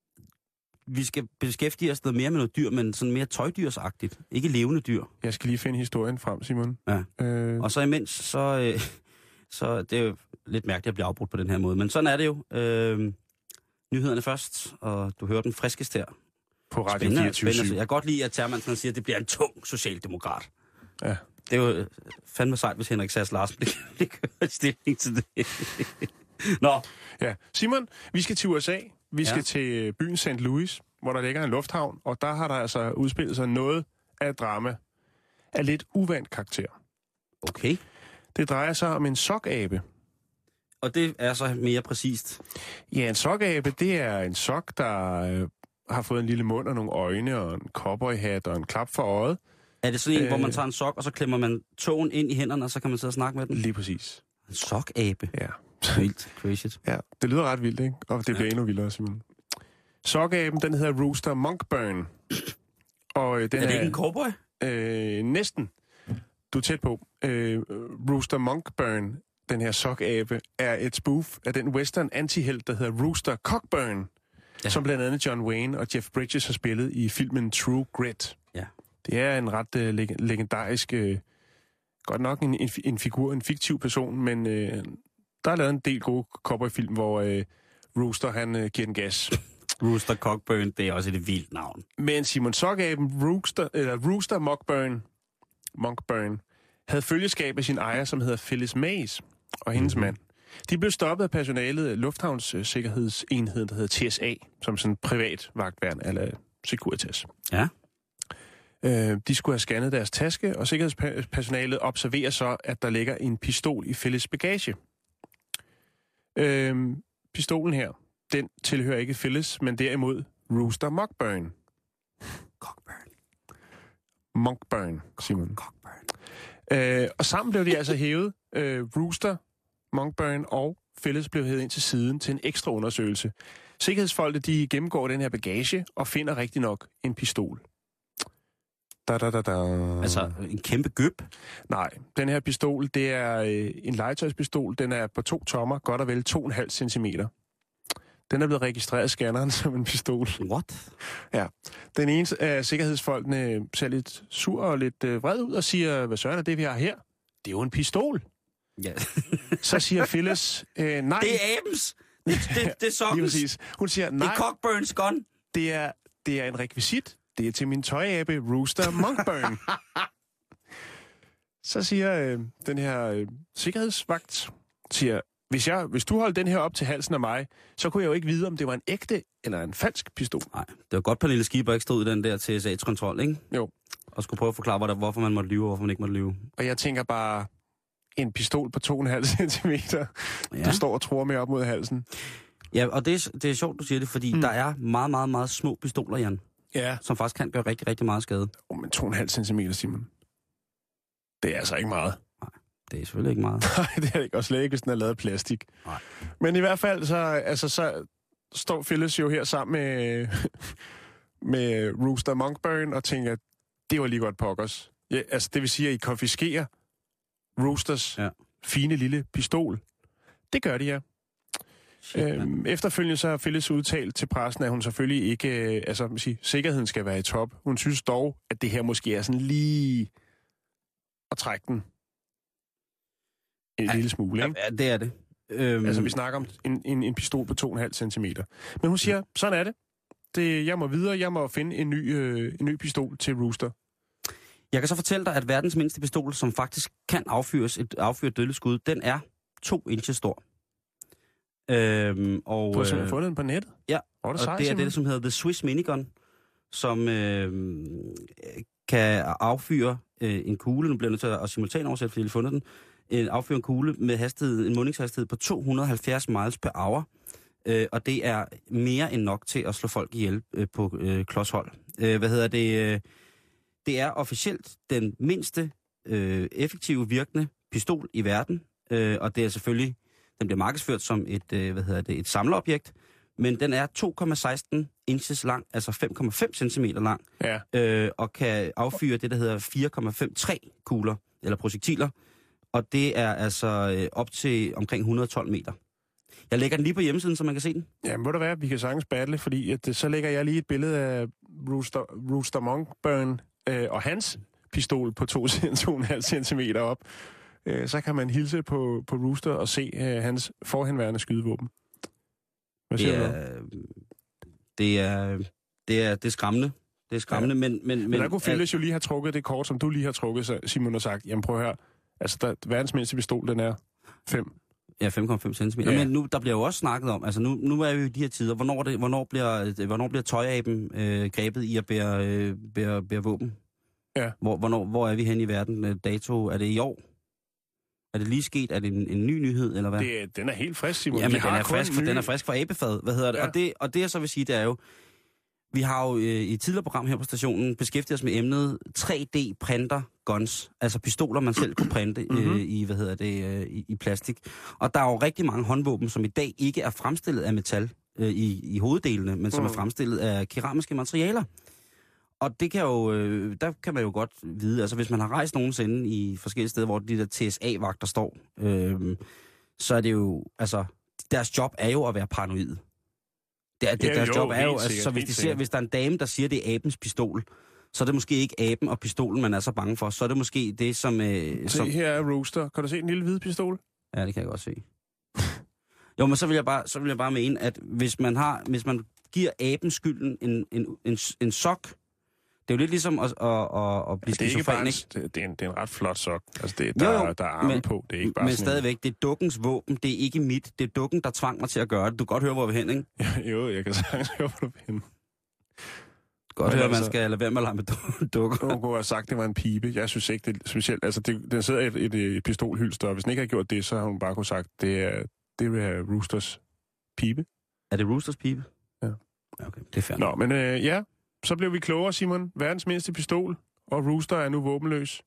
vi skal beskæftige os noget mere med noget dyr, men sådan mere tøjdyrsagtigt. Ikke levende dyr. Jeg skal lige finde historien frem, Simon. Ja. Og så imens, så det er jo lidt mærkeligt at blive afbrudt på den her måde. Men sådan er det jo. Nyhederne først, og du hører den friskest her. På Radio 24. Jeg kan godt lide, at Termansen siger, at det bliver en tung socialdemokrat. Ja. Det er jo fandme sejt, hvis Henrik Sass Larsen bliver kørt stilling til det. Nå. Ja. Simon, vi skal til USA. Vi skal til byen St. Louis, hvor der ligger en lufthavn, og der har der altså udspillet sig noget af drama af lidt uvandt karakter. Okay. Det drejer sig om en sokabe. Og det er så mere præcist? Ja, en sokabe, det er en sok, der har fået en lille mund og nogle øjne og en cowboyhat og en klap for øjet. Er det sådan en, hvor man tager en sok, og så klemmer man tåen ind i hænderne, og så kan man sidde og snakke med den? Lige præcis. En sokabe? Ja. Vildt, crazy. Ja, det lyder ret vildt, ikke? Og det bliver endnu vildere, Simon. Sokaben, den hedder Rooster Monkburn. Og den er det ikke en cowboy? Næsten. Du er tæt på. Rooster Monkburn, den her sokabe, er et spoof af den western antihelt, der hedder Rooster Cockburn, som blandt andet John Wayne og Jeff Bridges har spillet i filmen True Grit. Ja. Det er en ret legendarisk, godt nok en figur, en fiktiv person, men der er lavet en del gode cowboyfilm, hvor Rooster, han giver den gas. Rooster Cockburn, det er også et vildt navn. Men Simon Sokaben, Rooster Mockburn, Monkburn, havde følgeskab af sin ejer, som hedder Phyllis Mays, og hendes mand. De blev stoppet af personalet af lufthavnssikkerhedsenheden, der hedder TSA, som sådan en privat vagtværn eller Securitas. Ja. De skulle have scannet deres taske, og sikkerhedspersonalet observerer så, at der ligger en pistol i Phyllis' bagage. Pistolen her, den tilhører ikke Phyllis, men derimod Rooster Monkburn. Monkburn, Simon. Og sammen blev de altså hævet. Rooster, Monkburn og Phyllis blev hævet ind til siden til en ekstra undersøgelse. Sikkerhedsfolket, de gennemgår den her bagage og finder rigtig nok en pistol. Altså en kæmpe gøb? Nej, den her pistol, det er en legetøjspistol. Den er på 2 tommer, godt og vel 2,5 centimeter. Den er blevet registreret af scanneren som en pistol. What? Ja. Den ene af sikkerhedsfolkene ser lidt sur og lidt vred ud og siger, hvad søren er det, vi har her? Det er jo en pistol. Ja. Så siger Phyllis, nej. Det er abens! Det er sokkens. Lige præcis. Hun siger, nej. Det er Cockburns gun. Det er en rekvisit. Det er til min tøjabe, Rooster Monkburn. Så siger den her sikkerhedsvagt, siger, hvis du holdt den her op til halsen af mig, så kunne jeg jo ikke vide, om det var en ægte eller en falsk pistol. Nej, det var godt, Pernille Skipper ikke stod i den der TSA-kontrol, ikke? Jo. Og skulle prøve at forklare, hvorfor man måtte lyve, og hvorfor man ikke måtte lyve. Og jeg tænker bare, en pistol på 2,5 centimeter, du står og tror med op mod halsen. Ja, og det er sjovt, du siger det, fordi der er meget, meget, meget små pistoler, Jan. Ja. Som faktisk kan gøre rigtig, rigtig meget skade. Men 2,5 centimeter, Simon. Det er altså ikke meget. Nej, det er selvfølgelig ikke meget. Nej, det er det ikke. Og slet ikke, hvis den er lavet af plastik. Nej. Men i hvert fald, så står Phyllis jo her sammen med Rooster Monkburn og tænker, det var lige godt pokkers. Ja, altså, det vil sige, at I konfiskerer Roosters fine lille pistol. Det gør de, ja. Efterfølgende så har Phyllis udtalt til pressen, at hun selvfølgelig ikke, sikkerheden skal være i top. Hun synes dog, at det her måske er sådan lige at trække den en lille smule, ikke? Ja, det er det. Altså, vi snakker om en pistol på 2,5 centimeter. Men hun siger, sådan er det. Jeg må videre, jeg må finde en ny pistol til Rooster. Jeg kan så fortælle dig, at verdens mindste pistol, som faktisk kan affyre et dødeligt skud, den er 2 inches stor. Du har simpelthen fundet den på nettet? Ja, og det er det, som hedder The Swiss Minigun, som kan affyre en kugle, nu bliver jeg nødt til at simultanoversætte, fordi jeg har fundet den, affyre en kugle med en mundingshastighed på 270 miles per hour, og det er mere end nok til at slå folk ihjel på klodshold. Det er officielt den mindste effektive virkende pistol i verden, og det er selvfølgelig, den bliver markedsført som et samlerobjekt, men den er 2,16 inches lang, altså 5,5 centimeter lang, og kan affyre det, der hedder 4,53 kugler, eller projektiler, og det er altså op til omkring 112 meter. Jeg lægger den lige på hjemmesiden, så man kan se den. Ja, må det være, vi kan sagtens battle, fordi så lægger jeg lige et billede af Rooster Monkburn og hans pistol på 2,5 centimeter op. Så kan man hilse på Rooster og se hans forhenværende skydevåben. Hvad siger du? Det er skræmmende. Det er skræmmende, men der kunne Phyllis jo lige have trukket det kort, som du lige har trukket, Simon, og sagt, jamen prøv at høre, altså verdens mindste pistol, den er 5. Ja, 5,5 centimeter. Ja. Men nu, der bliver jo også snakket om, altså nu er vi jo i de her tider, hvornår bliver tøjaben grebet i at bære våben? Ja. Hvor er vi hen i verden? Dato, er det i år? Er det lige sket? Er det en ny nyhed, eller hvad? Den er helt frisk, Simon. Jamen, den er frisk for abefad. Hvad hedder det? Ja. Og det jeg så vil sige, det er jo, vi har jo i et tidligere program her på stationen beskæftiget os med emnet 3D-printer guns. Altså pistoler, man selv kunne printe i plastik. Og der er jo rigtig mange håndvåben, som i dag ikke er fremstillet af metal i hoveddelene, men som er fremstillet af keramiske materialer. Og det kan jo, der kan man jo godt vide, altså hvis man har rejst nogensinde i forskellige steder, hvor de der TSA-vagter står, så er det jo, altså deres job er jo at være paranoid. Deres job er jo, altså, så hvis der er en dame, der siger, det er abens pistol, så er det måske ikke aben og pistolen, man er så bange for. Så er det måske det, som... Se, her er Rooster. Kan du se en lille hvid pistol? Ja, det kan jeg godt se. Jo, men så vil jeg bare mene, at hvis man giver aben skylden en sok, Det er jo lidt ligesom at blive skizofren, ikke? Det er en ret flot sok. Altså, der er arme på. Det er ikke bare men stadigvæk, det er dukkens våben. Det er ikke mit. Det er dukken, der tvang mig til at gøre det. Du kan godt høre, hvor vi er hen, ikke? Jo, jeg kan sagtens høre, hvor du er hen. Godt høre, man skal lade være med at lege med dukker. Du kunne have sagt, det var en pibe. Jeg synes ikke, det er specielt. Altså, den sidder i et pistolhylster, og hvis den ikke havde gjort det, så har hun bare kunne sagt, det er Roosters pibe. Er det Roosters pibe? Ja. Okay, det er fair. Nå, men ja, så blev vi klogere, Simon. Verdens mindste pistol, og Rooster er nu våbenløs.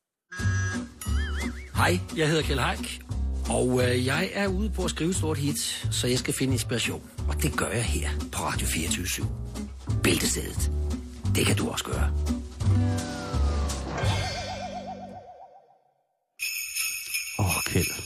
Hej, jeg hedder Kjeld Haik, og jeg er ude på at skrive et stort hit, så jeg skal finde inspiration. Og det gør jeg her på Radio 24/7. Bæltestedet. Det kan du også gøre. Kjeld.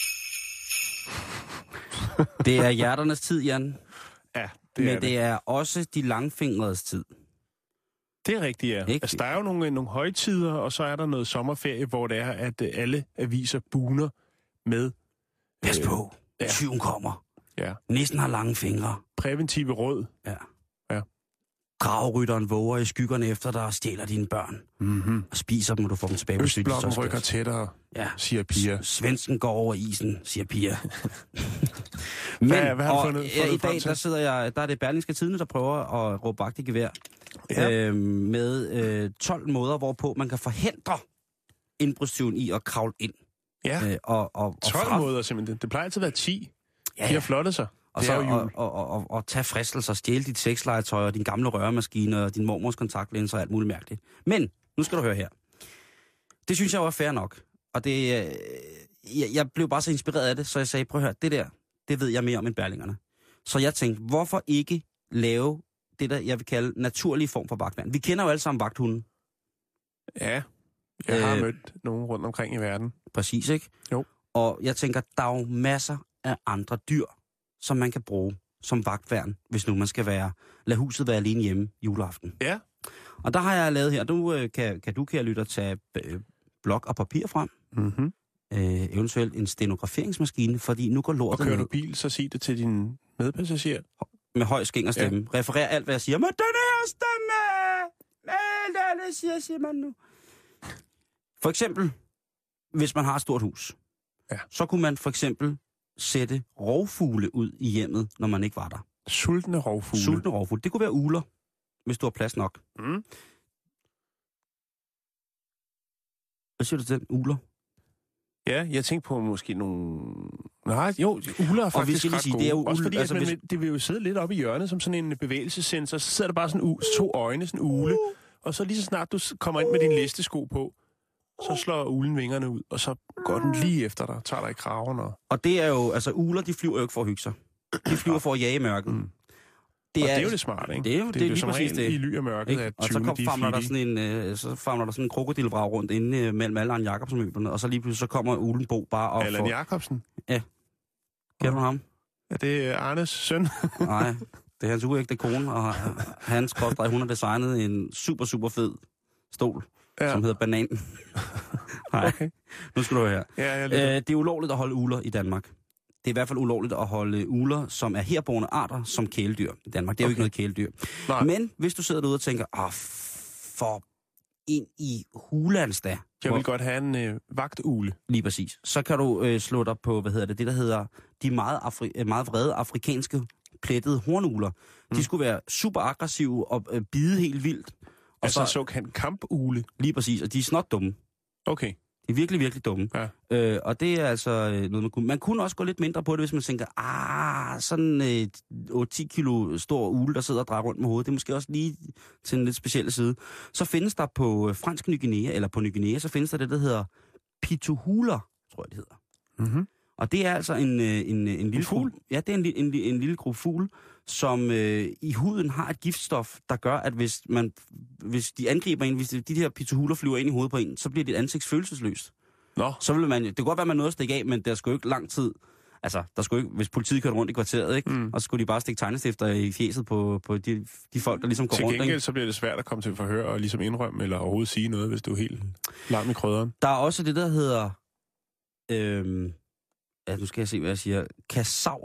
Det er hjerternes tid, Jan. Ja, det er også de langfingredes tid. Det er rigtigt, ja. Altså, der er jo nogle højtider, og så er der noget sommerferie, hvor det er, at alle aviser buner med... Pas på. Tyven kommer. Ja. Nissen har lange fingre. Præventive råd. Ja. Ja. Gravrytteren våger i skyggerne efter dig og stjæler dine børn. Mm-hmm. Og spiser dem, og du får dem tilbage på cykel. Østblokken rykker tættere, siger Pia. Svensken går over isen, siger Pia. Men, hvad har du fundet i dag, der er det Berlingske Tidende, der prøver at råbe vagt i gevær. Ja. Med 12 måder, hvorpå man kan forhindre indbrudstyven i at kravle ind. Ja, 12 måder simpelthen. Det plejer altid at være 10. Ja. De har flottet sig. Og så og tage fristelser, stjæle dit sexlegetøj og din gamle røremaskine og din mormors kontaktlinser og alt muligt mærkeligt. Men, nu skal du høre her. Det synes jeg var fair nok. Og det, jeg blev bare så inspireret af det, så jeg sagde, prøv at høre, det ved jeg mere om end Berlingerne. Så jeg tænkte, hvorfor ikke lave det, der jeg vil kalde naturlig form for vagtværn? Vi kender jo alle sammen vagthunden. Ja, jeg har mødt nogen rundt omkring i verden. Præcis, ikke? Jo. Og jeg tænker, der er jo masser af andre dyr, som man kan bruge som vagtværn, hvis nu man skal lade huset være alene hjemme juleaften. Ja. Og der har jeg lavet her, kan du, kære lytter, tage blok og papir frem. Mm-hmm. Eventuelt en stenograferingsmaskine, fordi nu går lortet. Og kører du bil, så sig det til din medpassager. Med høj skængerstemme. Ja. Referer alt, hvad jeg siger. Med den her stemme! Med den siger man nu. For eksempel, hvis man har et stort hus, så kunne man for eksempel sætte rovfugle ud i hjemmet, når man ikke var der. Sultne rovfugle. Det kunne være ugler, hvis du har plads nok. Mm. Hvad siger du til den? Ugler? Ja, jeg tænkte på måske nogle... Nej, jo, ugler er faktisk ret gode. Det er jo også fordi, altså, det vil jo sidde lidt oppe i hjørnet som sådan en bevægelsessensor. Så sidder der bare sådan 2 øjne, sådan en ugle. Og så lige så snart du kommer ind med din listesko på, så slår uglen vingerne ud, og så går den lige efter dig, tager dig i kraven. Og det er jo, altså ugler, de flyver jo ikke for at hygge sig. De flyver for at jage mørket. Mm. Det er jo det smarte, ikke? Det er lige som præcis det. I ly af mørket, at og så famler der sådan en krokodilvrag rundt inde mellem alle Allan Jacobsen-møblerne, og så lige pludselig så kommer Ulen Bo bare og Allan Jacobsen? Ja. Kender du ham? Ja, det er Arnes søn. Nej, det er hans uægte kone, og hans kostrej, hun har designet en super, super fed stol, som hedder Bananen. Nej, okay. Nu skal du høre her. Ja, det er ulovligt at holde ugler i Danmark. Det er i hvert fald ulovligt at holde ugler, som er herboende arter, som kæledyr i Danmark. Det er jo ikke noget kæledyr. Nej. Men hvis du sidder derude og tænker, for ind i hulands da. Jeg vil godt have en vagtugle. Lige præcis. Så kan du slå dig på, det der hedder, de meget vrede afrikanske plettede hornugler. De skulle være super aggressive og bide helt vildt. Og altså såkaldt kampugle? Lige præcis, og de er snot dumme. Okay. De er virkelig, virkelig dumme. Ja. Og det er altså noget, man kunne. Man kunne også gå lidt mindre på det, hvis man tænker, sådan 8-10 kilo stor ugle, der sidder og drejer rundt med hovedet. Det er måske også lige til en lidt speciel side. Så findes der på fransk Ny Guinea, eller på Ny Guinea, så findes der det, der hedder pituhuler, tror jeg, det hedder. Mm-hmm. Og det er altså en lille fugl. Ja, det er en lille gruppe fugle, som i huden har et giftstof, der gør, at hvis de angriber en, hvis de her pituhuler flyver ind i hovedet på en, så bliver dit ansigt følelsesløst. Nå. Så vil man, det kan godt være, man nåede at stikke af, men der skulle ikke lang tid. Altså, der skulle ikke, hvis politiet kørte rundt i kvarteret, ikke? Og så skulle de bare stikke tegnestifter i fjeset på de folk, der ligesom går rundt. Til gengæld så bliver det svært at komme til forhør og ligesom indrømme eller overhovedet sige noget, hvis du er helt larm i krydderen. Der er også det, der hedder... nu skal jeg se, hvad jeg siger. Kassaverne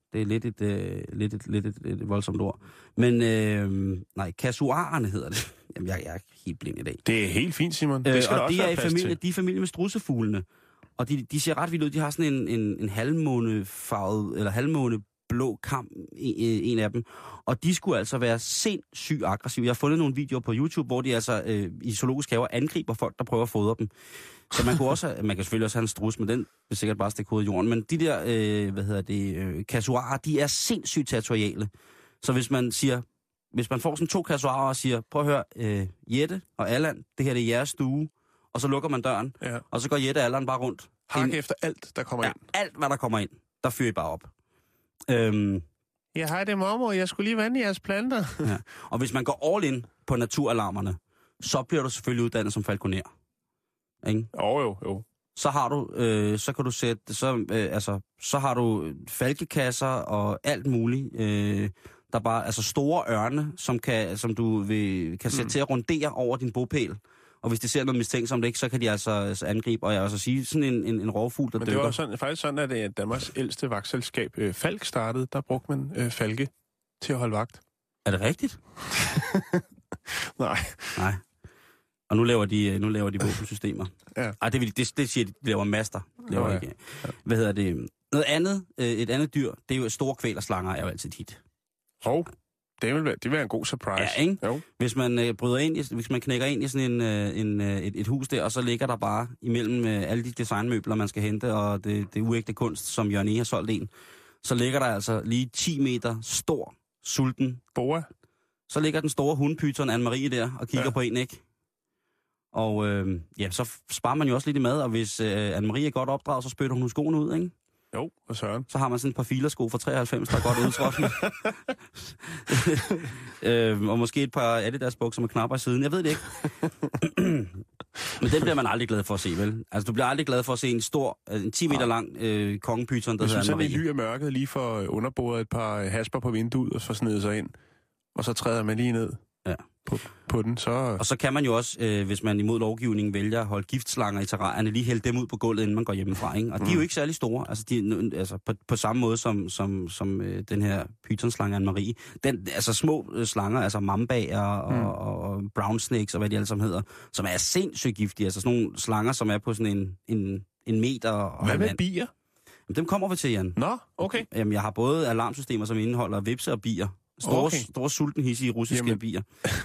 Det er lidt et voldsomt ord. Men nej, kasuarerne hedder det. Jamen, jeg er helt blind i dag. Det er helt fint, Simon. Det skal og der også være plads til. De er familie med strudsefuglene. Og de ser ret vildt ud. De har sådan en halvmånefarvet, eller halvmåneblå kam, en af dem. Og de skulle altså være sindssygt aggressive. Jeg har fundet nogle videoer på YouTube, hvor de altså i zoologiske haver angriber folk, der prøver at fodre dem. Så man kan selvfølgelig også have en strus, men den vil sikkert bare stikke hovedet i jorden. Men de der, kasuarer, de er sindssygt territoriale. Så hvis man får sådan 2 kasuarer og siger, prøv at høre, Jette og Allan, det her det er jeres stue, og så lukker man døren, og så går Jette og Allan bare rundt. Hak efter alt, der kommer ind. Alt, hvad der kommer ind, der fyrer I bare op. Ja, hej, det er mormor. Jeg skulle lige vande jeres planter. Ja. Og hvis man går all in på naturalarmerne, så bliver du selvfølgelig uddannet som falconer. Ikke? Jo. Så har du, så kan du sætte, så har du falkekasser og alt muligt. Der bare, altså store ørne, som du kan sætte til at rundere over din bopæl. Og hvis de ser noget mistænksomt, ikke, så kan de altså angribe. Og jeg vil også sige, sådan en rovfugl, der dykker. Men det var faktisk sådan, at Danmarks ældste vagtselskab, Falk, startede. Der brugte man falke til at holde vagt. Er det rigtigt? Nej. Og nu laver de våbensystemer. Ja. Ej, det siger de laver master. Ikke. Hvad hedder det? Noget andet, et andet dyr, det er jo store kvælerslanger, er jo altid hit. Det vil være en god surprise. Ja, ikke? Jo. Hvis man hvis man knækker ind i sådan et hus der, og så ligger der bare imellem alle de designmøbler, man skal hente, og det uægte kunst, som Jørgen E. har solgt en, så ligger der altså lige 10 meter stor, sulten boa. Så ligger den store hundpyton Anne-Marie der og kigger på en, ikke? Og så sparer man jo også lidt i mad, og hvis Anne-Marie er godt opdraget, så spytter hun skoene ud, ikke? Jo, og søren. Så har man sådan et par filersko fra 93, der er godt udtrådende. Og måske et par Adidas bukser med knapper i siden. Jeg ved det ikke. Men den bliver man aldrig glad for at se, vel? Altså, du bliver aldrig glad for at se en 10 meter lang kongepyton, der hedder Anne-Marie. Hvis man sådan i ly af mørket lige får underboret et par hasper på vinduet og får snedet sig ind, og så træder man lige ned på den, så... Og så kan man jo også, hvis man imod lovgivningen vælger at holde giftslanger i terrarierne, lige hælde dem ud på gulvet, inden man går hjemmefra, ikke? Og de er jo ikke særlig store, altså på samme måde som den her pythonslange Anne-Marie. Altså små slanger, altså mambaer og brown snakes og hvad de alle sammen hedder, som er sindssygt giftige, altså sådan nogle slanger, som er på sådan en meter og hvad med bier? Jamen, dem kommer vi til, Jan. Nå, okay. Jamen, jeg har både alarmsystemer, som indeholder vipse og bier. Store sultenhissige russiske bier.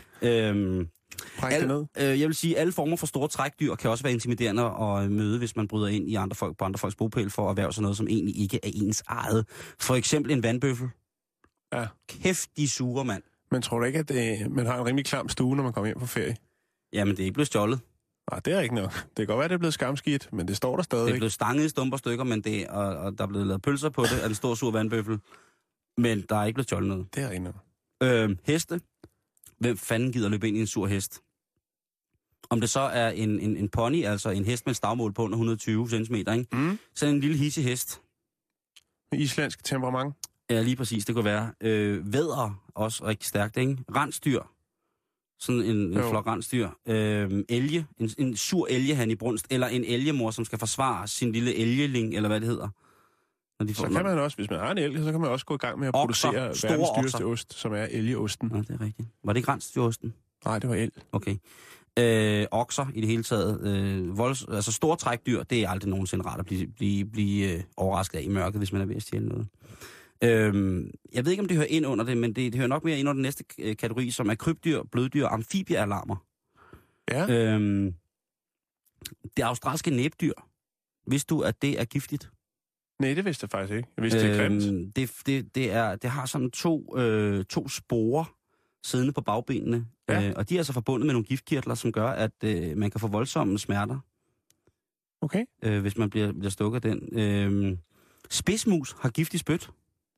Jeg vil sige, at alle former for store trækdyr kan også være intimiderende at møde, hvis man bryder ind i på andre folks bopæl for at erhverve sig noget, som egentlig ikke er ens eget. For eksempel en vandbøffel. Ja. Kæft, de suger, mand. Men tror du ikke, at man har en rimelig klam stue, når man kommer hjem på ferie? Jamen, det er ikke blevet stjålet. Nej, det er ikke nok. Det kan godt være, det er blevet skamskidt, men det står der stadig. Det er blevet stanget i stumper stykker, men og der er blevet lavet pølser på det af en stor sur vandbøffel. Men der er ikke blevet stjålet noget. Det er ikke heste. Hvem fanden gider løbe ind i en sur hest? Om det så er en pony, altså en hest med et stavmål på under 120 cm, ikke? Så en lille hissig hest. Med islandsk temperament? Ja, lige præcis. Det kunne være. Vædder også rigtig stærkt, ikke? Rensdyr. Sådan en flok rensdyr. Elge. En sur elgehan i brunst. Eller en elgemor, som skal forsvare sin lille elgeling, eller hvad det hedder. Så kan man også, hvis man har en elg, så kan man også gå i gang med at producere verdens dyreste ost, som er elgeosten. Ja, det er rigtigt. Var det ikke rensdyrosten? Nej, det var elg. Okay. Okser i det hele taget. Altså store trækdyr, det er aldrig nogensinde rart at blive overrasket af i mørket, hvis man er ved at stjæle noget. Jeg ved ikke, om det hører ind under det, men det hører nok mere ind under den næste kategori, som er krybdyr, bløddyr, amfibiealarmer. Ja. Det australske næbdyr. Vidste du, at det er giftigt? Nej, det vidste jeg faktisk ikke. Jeg vidste, det er grimt. Det har sådan to sporer siddende på bagbenene, og de er altså forbundet med nogle giftkirtler, som gør, at man kan få voldsomme smerter. Okay. Hvis man bliver stukket af den. Spidsmus har giftig spyt.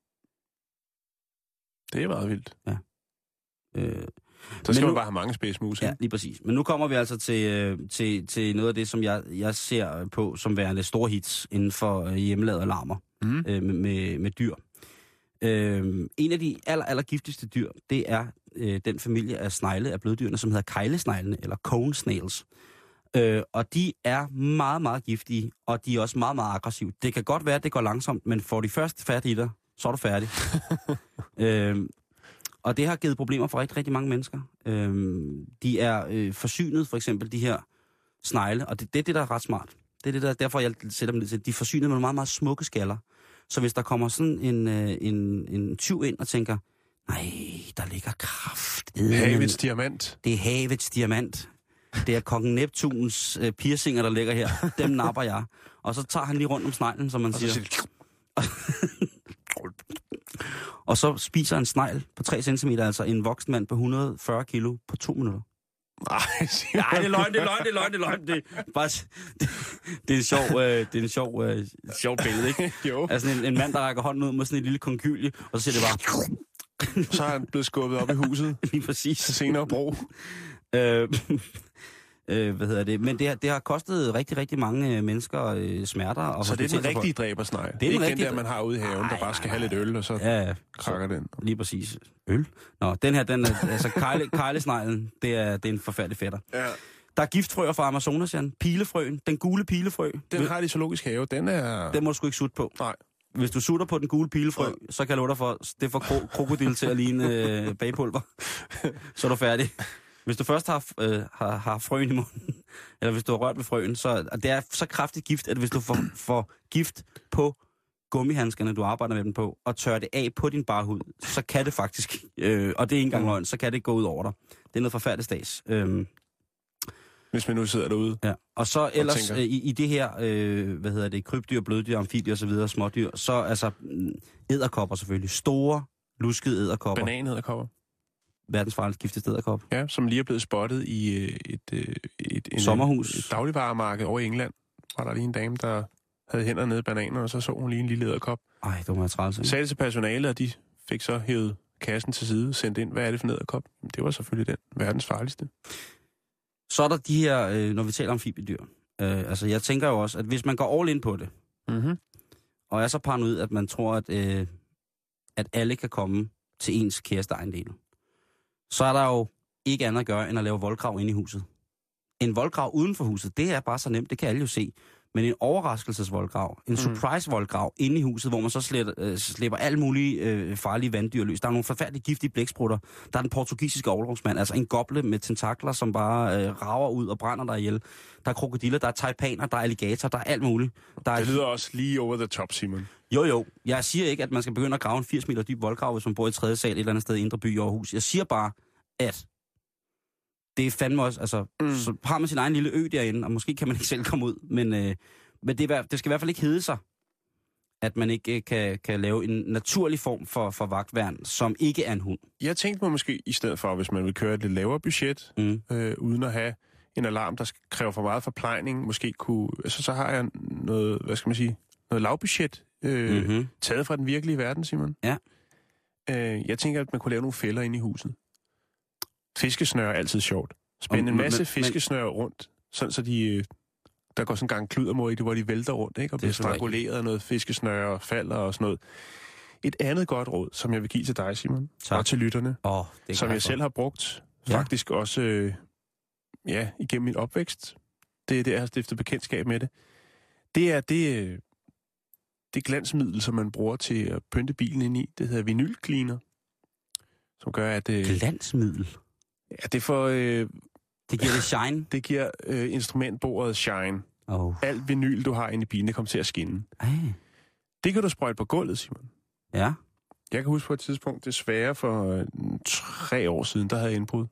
Det er meget vildt. Ja. Så skal man bare have mange spidsmus. Ja, lige præcis. Men nu kommer vi altså til noget af det, som jeg ser på som værende store hits inden for hjemmelavede alarmer med dyr. En af de aller giftigste dyr, det er den familie af snegle af bløddyrene, som hedder keglesneglene, eller cone snails. Og de er meget, meget giftige, og de er også meget, meget aggressive. Det kan godt være, at det går langsomt, men får de først fat i dig, Så er du færdig. Og det har givet problemer for rigtig, rigtig mange mennesker. De er forsynet, for eksempel de her snegle, og det er det, der er ret smart. Det er det, der, derfor jeg sætter dem lidt til. De er forsynet med meget, meget smukke skaller. Så hvis der kommer sådan en tyv ind og tænker, nej, der ligger kraft. Havets diamant. Det er havets diamant. Det er kongen Neptuns piercinger, der ligger her. Dem napper jeg. Og så tager han lige rundt om sneglen, som man siger. Og så spiser en snegl på 3 cm, altså en voksen mand på 140 kilo på 2 minutter. Nej, det er løgn. Det er en sjov billede, ikke? Jo. Altså en mand, der rækker hånden ud med sådan en lille konkylie, og så siger det bare... Så er han blevet skubbet op i huset. Lige præcis. Senere brug. Men det har kostet rigtig, rigtig mange mennesker smerter. Og så det er den rigtige dræbersnegl? Det er ikke den der, man har ude i haven, der bare skal have lidt øl, og så krakker den. Lige præcis. Øl? Nå, den er altså kejlesneglen, det er en forfærdelig fætter. Ja. Der er giftfrøer fra Amazonas, Jan. Pilefrøen. Den gule pilefrø. Den har de zoologisk have. Den må du sgu ikke sutte på. Nej. Hvis du sutter på den gule pilefrø, så kan jeg love dig for, det får krokodil til at ligne bagpulver. Så er du færdig. Hvis du først har frøen i munden, eller hvis du har rørt ved frøen, så det er så kraftigt gift, at hvis du får gift på gummihandskerne, du arbejder med dem på, og tørrer det af på din barhud, så kan det faktisk, og det er ikke engang løgn, så kan det gå ud over dig. Det er noget forfærdeligt stads. Hvis man nu sidder derude. Ja. Og så ellers i det her, krybdyr, bløddyr, amfibier og så videre, smådyr, så altså edderkopper selvfølgelig. Store, luskede edderkopper. Bananedderkopper. Verdens farligste giftigste edderkop. Ja, som lige er blevet spottet i et sommerhus. Et dagligvaremarked over i England. Var der lige en dame, der havde hænderne nede i bananer, og så hun lige en lille edderkop. Ej, det var meget træls. Sagde det til personalet, og de fik så hævet kassen til side, sendt ind, hvad er det for en edderkop? Det var selvfølgelig den verdens farligste. Så er der de her, når vi taler om amfibiedyr. Altså, jeg tænker jo også, at hvis man går all in på det, og er så paranoid, at man tror, at alle kan komme til ens kæreste ejendel, så er der jo ikke andet at gøre, end at lave voldgrav inde i huset. En voldgrav uden for huset, det er bare så nemt, det kan alle jo se. Men en overraskelsesvoldgrav, en surprise-voldgrav inde i huset, hvor man så slipper alle mulige farlige vanddyr løs. Der er nogle forfærdelige giftige blæksprutter. Der er den portugisiske overlovsmand, altså en goble med tentakler, som bare rager ud og brænder dig ihjel. Der er krokodiller, der er taipaner, der er alligator, der er alt muligt. Det lyder også lige over the top, Simon. Jo. Jeg siger ikke, at man skal begynde at grave en 80 meter dyb voldgrav, hvis man bor i 3. sal et eller andet sted i Indre By i Aarhus. Jeg siger bare, at det er fandme også, altså, så har man sin egen lille ø derinde, og måske kan man ikke selv komme ud, men det skal i hvert fald ikke hedde sig, at man ikke kan lave en naturlig form for vagtværn, som ikke er en hund. Jeg tænkte mig måske, i stedet for, hvis man vil køre et lidt lavere budget, uden at have en alarm, der kræver for meget forplejning, måske kunne, altså, så har jeg noget, hvad skal man sige, noget lavbudget, taget fra den virkelige verden, Simon. Ja. Jeg tænker, at man kunne lave nogle fælder inde i huset. Fiskesnøre er altid sjovt. Spænde en masse fiskesnøre rundt, sådan så de... Der går sådan en gang kludermor i det, hvor de vælter rundt, ikke? Og bliver stranguleret af noget fiskesnøre og falder og sådan noget. Et andet godt råd, som jeg vil give til dig, Simon, og til lytterne, som jeg selv har brugt, faktisk også igennem min opvækst. Det er det, jeg har stiftet bekendtskab med det. Det er det glansmiddel, som man bruger til at pynte bilen ind i. Det hedder vinylcleaner, som gør, at... Glansmiddel? Ja, det får... Det giver det shine? Det giver instrumentbordet shine. Alt vinyl, du har inde i bilen, det kommer til at skinne. Det kan du sprøjte på gulvet, Simon. Ja. Jeg kan huske på et tidspunkt, desværre for 3 år siden, der havde jeg indbrud.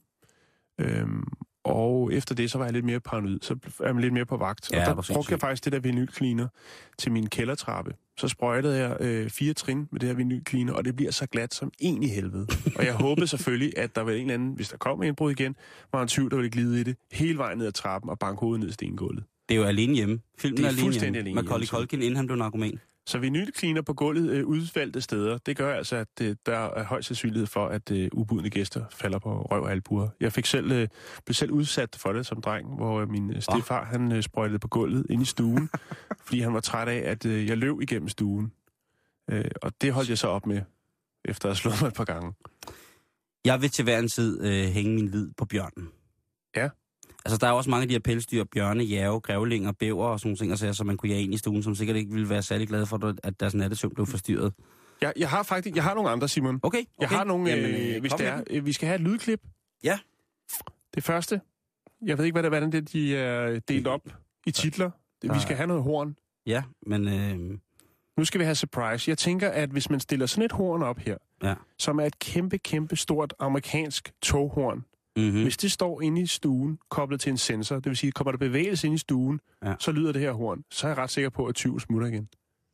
Og efter det, så var jeg lidt mere paranoid. Så er man lidt mere på vagt. Ja, og der brugte jeg faktisk det der vinylcleaner til min kældertrappe. Så sprøjtede jeg 4 trin med det her vinylcleaner, og det bliver så glat som en i helvede. Og jeg håbede selvfølgelig, at der var en eller anden, hvis der kom en indbrud igen, var en tyv, der ville glide i det, hele vejen ned ad trappen og banke hovedet ned i stengulvet. Det er jo alene hjemme. Filmen det er alene fuldstændig alene hjemme. Macaulay Culkin, inden han blev narkoman. Så vinylcleaner på gulvet udvalgte steder, det gør altså, at der er høj sandsynlighed for, at ubudne gæster falder på røv og albuer. Jeg blev selv udsat for det som dreng, hvor min stedfar, han sprøjtede på gulvet ind i stuen, fordi han var træt af, at jeg løb igennem stuen. Og det holdt jeg så op med, efter at have slået mig et par gange. Jeg vil til hver en tid hænge min lid på bjørnen. Ja. Altså, der er også mange af de her pelsdyr, bjørne, jærge, grævlinger, bæver og sådan nogle ting, så man kunne jage ind i stuen, som sikkert ikke ville være særlig glade for, at deres nattesøvn blev forstyrret. Jeg har nogle andre, Simon. Okay. Jeg har nogle, hvis det er. Vi skal have et lydklip. Ja. Det første. Jeg ved ikke, hvordan de er delt op i titler. Vi skal have noget horn. Ja, men... Nu skal vi have surprise. Jeg tænker, at hvis man stiller sådan et horn op her, som er et kæmpe, kæmpe stort amerikansk toghorn, hvis det står inde i stuen, koblet til en sensor, det vil sige, kommer der bevægelse ind i stuen, så lyder det her horn. Så er jeg ret sikker på, at 20 smutter igen.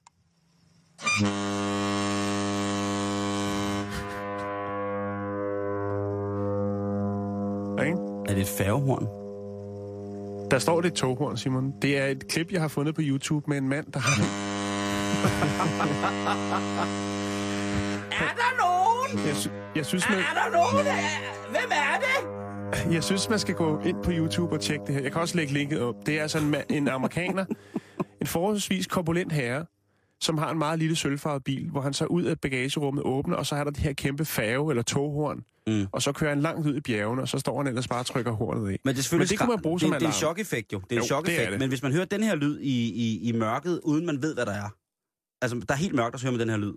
Er det et færgehorn? Der står det et toghorn, Simon. Det er et klip, jeg har fundet på YouTube med en mand, der har... Er der nogen? Jeg synes, man... Er der nogen? Hvem er det? Jeg synes, man skal gå ind på YouTube og tjekke det her. Jeg kan også lægge linket op. Det er altså en amerikaner, en forholdsvis korpulent herre, som har en meget lille sølvfarvet bil, hvor han så ud af bagagerummet åbner, og så er der det her kæmpe færge- eller toghorn. Og så kører han langt ud i bjergene, og så står han ellers bare og trykker hornet af. Men det kan man bruge som alarm. Det er en chok-effekt, jo. Det er en chok-effekt. Men hvis man hører den her lyd i mørket, uden man ved, hvad der er. Altså, der er helt mørkt, og så hører man den her lyd.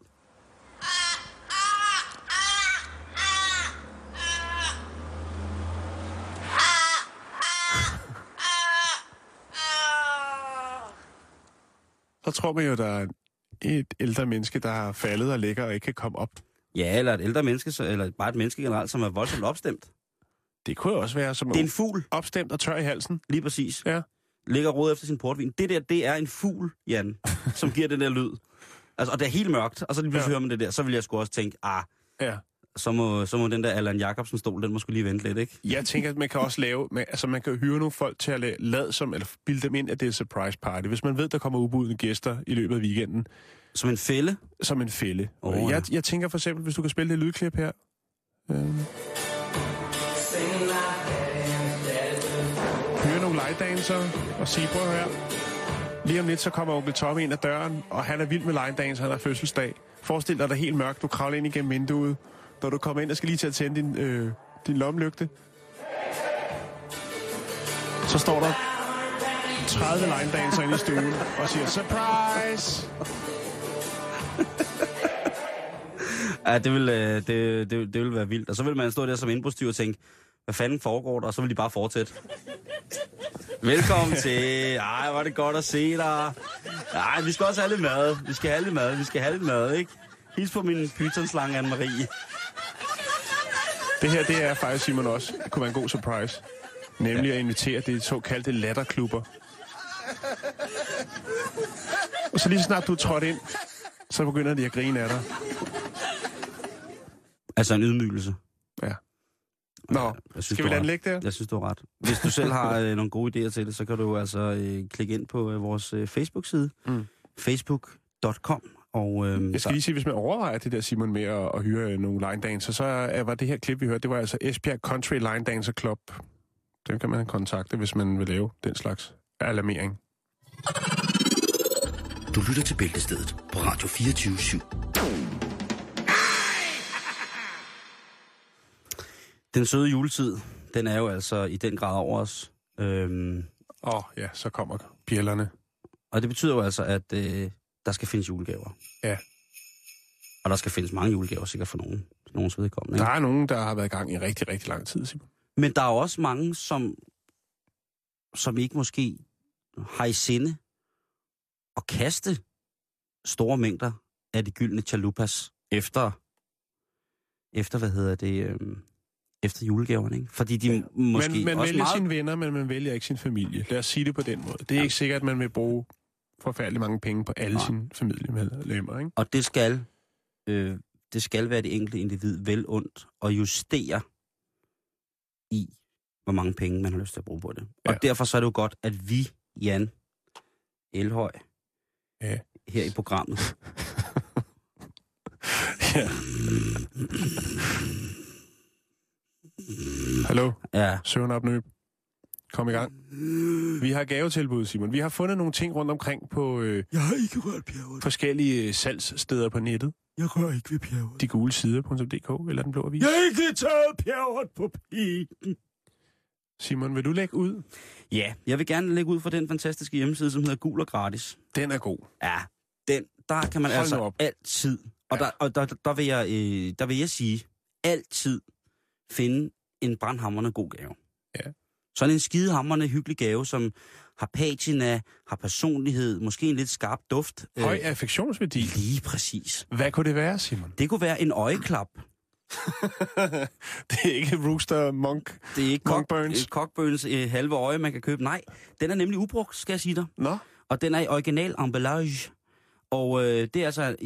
Så tror man jo, der er et ældre menneske, der har faldet og ligger og ikke kan komme op. Ja, eller et ældre menneske, eller bare et menneske generelt, som er voldsomt opstemt. Det kunne jo også være som det er en fugl. Opstemt og tør i halsen. Lige præcis. Ja. Ligger og roder efter sin portvin. Det er en fugl, Jan, som giver den der lyd. Altså, og det er helt mørkt, og så lige pludselig hører man det der, så vil jeg sgu også tænke, så må den der Allan Jacobsen-stol, den må sgu lige vente lidt, ikke? Jeg tænker, at man kan også man kan hyre nogle folk til at lade som, eller bilde dem ind, at det er surprise party. Hvis man ved, der kommer ubudne gæster i løbet af weekenden. Som en fælde? Som en fælde. Jeg tænker for eksempel, hvis du kan spille det lydklip her. Høre nogle linedancer og sige, prøv her. Lige om lidt, så kommer onkel Tommy ind ad døren, og han er vild med linedance, han har fødselsdag. Forestil dig, der er helt mørkt, du kravler ind igennem vinduet. Når du kommer ind og skal lige til at tænde din lommelygte. Så står der 30 linedancer inde i stuen og siger, surprise! Ja, det vil være vildt. Og så vil man stå der som indbrudstyv og tænke, hvad fanden foregår der? Og så vil de bare fortsætte. Velkommen til. Ej, var det godt at se dig. Ej, vi skal også have lidt mad. Vi skal have lidt mad, ikke? Hils på min pythonslange, Anne-Marie. Det her, det er faktisk, Simon, også. Det kunne være en god surprise. Nemlig at invitere det såkaldte latterklubber. Og så lige snart du er trådt ind, så begynder de at grine af dig. Altså en ydmygelse. Ja. Nå, skal vi lade den ligge der? Jeg synes, du har ret. Hvis du selv har nogle gode idéer til det, så kan du altså klikke ind på vores Facebook-side. Facebook.com. Og, jeg skal lige sige, hvis man overvejer det der, Simon, med at hyre nogle line dancer, så var det her klip, vi hørte, det var altså Esbjerg Country Line Dancer Club. Dem kan man kontakte, hvis man vil lave den slags alarmering. Du lytter til Bæltestedet på Radio 24/7. Den søde juletid, den er jo altså i den grad over os. Ja, så kommer bjællerne. Og det betyder jo altså, at der skal findes julegaver. Ja. Og der skal findes mange julegaver, sikkert for nogens vedkommende. Der er nogen, der har været i gang i rigtig, rigtig lang tid, Simon. Men der er også mange, som ikke måske har i sinde at kaste store mængder af de gyldne chalupas efter efter julegaverne, ikke? Fordi de måske man også vælger meget... sine venner, men man vælger ikke sin familie. Lad os sige det på den måde. Det er ikke sikkert, at man vil bruge forfærdelig mange penge på alle sine familiemedlemmer, ikke? Og det skal være det enkelte individ vel ondt og justere i, hvor mange penge man har lyst til at bruge på det. Ja. Og derfor så er det jo godt, at vi, Jan Elhøj, her i programmet... Ja. Hallo? Ja. Søvn op, nøb. Kom i gang. Vi har gavetilbud, Simon. Vi har fundet nogle ting rundt omkring på jeg har ikke rørt Pjerrot. Forskellige salgssteder på nettet. Jeg rører ikke ved Pjerrot. De gule sider.dk eller Den Blå Avis. Jeg har ikke taget Pjerrot på pigen. Simon, vil du lægge ud? Ja, jeg vil gerne lægge ud for den fantastiske hjemmeside, som hedder Gul og Gratis. Den er god. Ja, der kan man altid Og der vil jeg sige, altid finde en brandhamrende god gave. Ja. Sådan en skidehamrende hyggelig gave, som har patina, har personlighed, måske en lidt skarp duft. Høj affektionsværdi. Lige præcis. Hvad kunne det være, Simon? Det kunne være en øjeklap. Det er ikke Rooster Monk. Det er ikke Cockburns. Cockburns halve øje, man kan købe. Nej, den er nemlig ubrugt, skal jeg sige dig. Nå. Og den er i original emballage. Og det er altså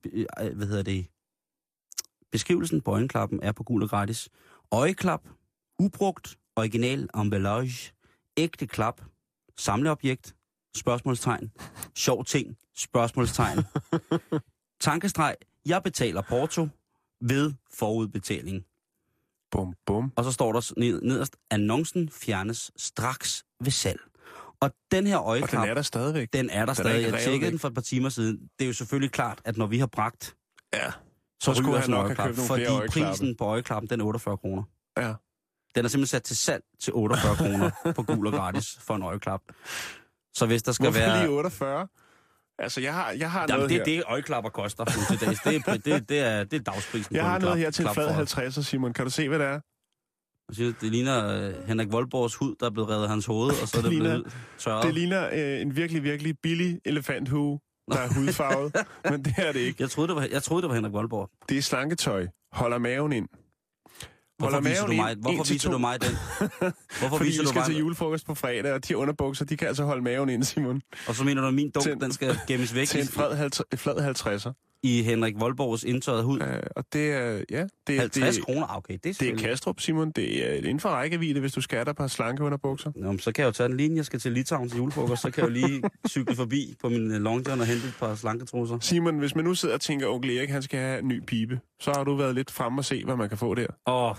beskrivelsen på øjenklappen er på gul og gratis. Øjeklap, ubrugt, original emballage, ægte klap, samleobjekt, spørgsmålstegn, sjov ting, spørgsmålstegn, tankestreg, jeg betaler porto ved forudbetaling. Bum, bum. Og så står der nederst, annoncen fjernes straks ved salg. Og den her øjeklap... Og den er der stadigvæk. Den er der stadig. Jeg tjekkede den for et par timer siden. Det er jo selvfølgelig klart, at når vi har bragt... Ja. Så skulle ryger han nok have købt nogle flere øjeklappe. Fordi prisen på øjeklappen, den er 48 kroner. Ja. Den er simpelthen sat til salg til 48 kroner på gul og gratis for en øjeklap. Så hvis der skal Hvorfor være... lige 48? Altså, jeg har Jamen, noget det her. det, øjeklapper koster. Det er dagsprisen jeg på har en noget her til en flad klap 50'er, Simon. Kan du se, hvad det er? Det ligner Henrik Voldborgs hud, der er blevet revet af hans hoved, og så er det blevet tørret. Det ligner en virkelig, virkelig billig elefanthue, der er hudfarvet, men det er det ikke. Jeg troede, det var Henrik Voldborg. Det er slanketøj. Holder maven ind. Hvorfor viser du mig den? Fordi vi skal til julefrokost på fredag, og de underbukser, de kan altså holde maven ind, Simon. Og så mener du, at min dunk, den skal gemmes væk til en flad 50'er. I Henrik Voldborgs indtørrede hud? Og det er... Ja, det 50 kroner? Okay, det er Kastrup, Simon. Det er inden for rækkevidde, hvis du skatter på slanke underbukser. Nå, så kan jeg jo tage den linje. Jeg skal til Litauen til julefrokost, så kan jeg jo lige cykle forbi på min long john og hente et par slanketrusser. Simon, hvis man nu sidder og tænker, onkel Erik, han skal have en ny pibe, så har du været lidt frem og se, hvad man kan få der. Ja, og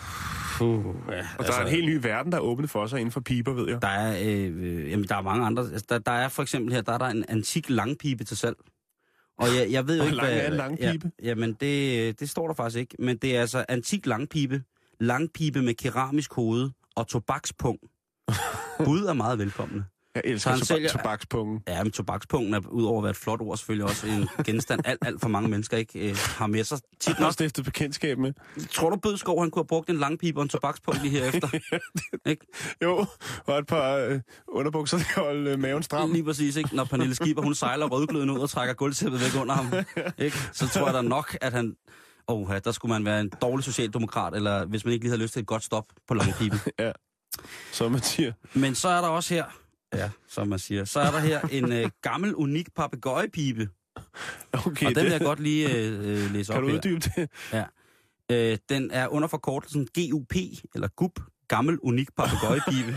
der er en helt ny verden, der er åbnet for sig inden for piber, ved jeg. Der er, der er mange andre. Der er for eksempel her, der er en antik langpibe til salg. Og jeg ved jo ikke, hvad... er en langpibe? Jamen, det står der faktisk ikke. Men det er altså antik langpibe. Langpibe med keramisk hoved og tobakspung. Bud er meget velkomne. Jeg elsker tobakspungen. Ja, men tobakspungen er udover at være et flot ord, selvfølgelig også en genstand, alt for mange mennesker ikke har med sig. Tit nok stiftet bekendtskab med. Tror du, Bødskov, han kunne have brugt en langpibe og en tobakspung lige herefter? Ikke? Jo, og et par underbukser, der kan holde maven stram. Lige præcis, ikke? Når Pernille Skipper, hun sejler rødgløden ud og trækker gulvtæppet væk under ham. Ikke? Så tror jeg da nok, at han... der skulle man være en dårlig socialdemokrat, eller hvis man ikke lige havde lyst til et godt stop på langpiben. Ja, som man siger. Men så er der også her... Ja, som man siger. Så er der her en gammel, unik papegøjepibe. Okay, og den vil jeg godt lige læse op her. Kan du uddybe det? Ja. Den er under forkortelsen GUP, eller GUP, gammel, unik papegøjepibe.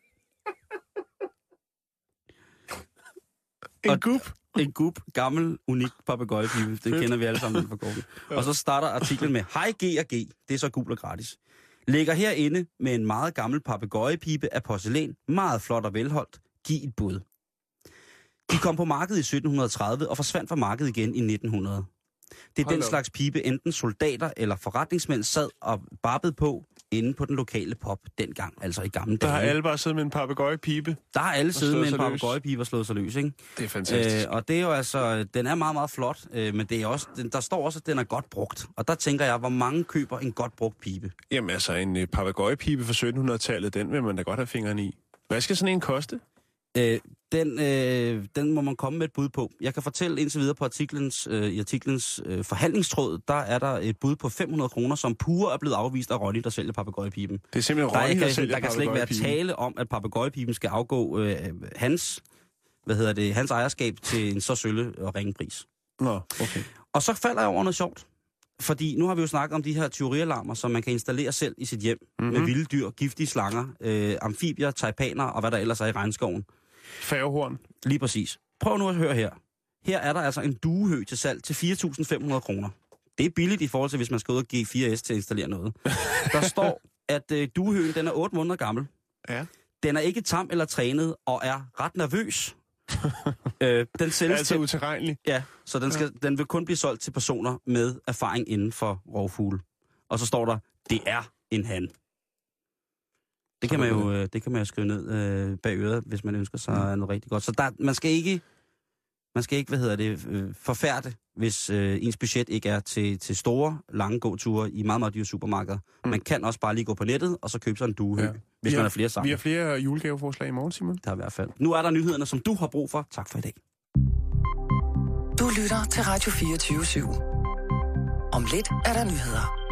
En GUP, gammel, unik papegøjepibe. Det kender vi alle sammen, den forkortelsen. Og så starter artiklen med, hej G og G, det er så gul og gratis. Ligger herinde med en meget gammel papegøjepibe af porcelæn, meget flot og velholdt. Giv et bud. De kom på markedet i 1730 og forsvandt fra markedet igen i 1900. Det er den slags pibe, enten soldater eller forretningsmænd sad og barbede på inde på den lokale pop dengang, altså i gamle dage. Der har alle bare siddet med en papegøjepibe. Der har alle siddet med en papegøjepibe og slået sig løs, ikke? Det er fantastisk. Og det er jo altså, den er meget, meget flot, men det er også, der står også, at den er godt brugt. Og der tænker jeg, hvor mange køber en godt brugt pibe? Jamen altså, en papegøjepibe fra 1700-tallet, den vil man da godt have fingrene i. Hvad skal sådan en koste? Den må man komme med et bud på. Jeg kan fortælle indtil videre på i artiklens forhandlingstråd, der er der et bud på 500 kroner, som pure er blevet afvist af Ronny, der sælger papegøjepiben. Det er simpelthen Ronny, der sælger papegøjepiben. Der kan slet ikke være tale om, at papegøjepiben skal afgå hans ejerskab til en så sølle og ringe pris. Nå, okay. Og så falder jeg over noget sjovt. Fordi nu har vi jo snakket om de her tyverialarmer, som man kan installere selv i sit hjem. Med vilde dyr, giftige slanger, amfibier, taipaner og hvad der ellers er i regnskoven. Færgehorn. Lige præcis. Prøv nu at høre her. Her er der altså en duehøg til salg til 4.500 kroner. Det er billigt i forhold til, hvis man skal ud og G4S til at installere noget. Der står, at duehøgen den er 8 måneder gammel. Ja. Den er ikke tam eller trænet og er ret nervøs. Den sælges altså utilregnelig. Ja, så den vil kun blive solgt til personer med erfaring inden for rovfugle. Og så står der, det er en han. Det kan man jo skrive ned bag øret, hvis man ønsker sig noget rigtig godt. Så man skal Man skal ikke, forfærde, hvis ens budget ikke er til store, lange gåture i meget, meget dyre supermarkeder. Man kan også bare lige gå på nettet, og så købe sig en duehøg, hvis man er flere sammen. Vi har flere julegaveforslag i morgen, Simon. Det er i hvert fald. Nu er der nyhederne, som du har brug for. Tak for i dag. Du lytter til Radio 24/7. Om lidt er der nyheder.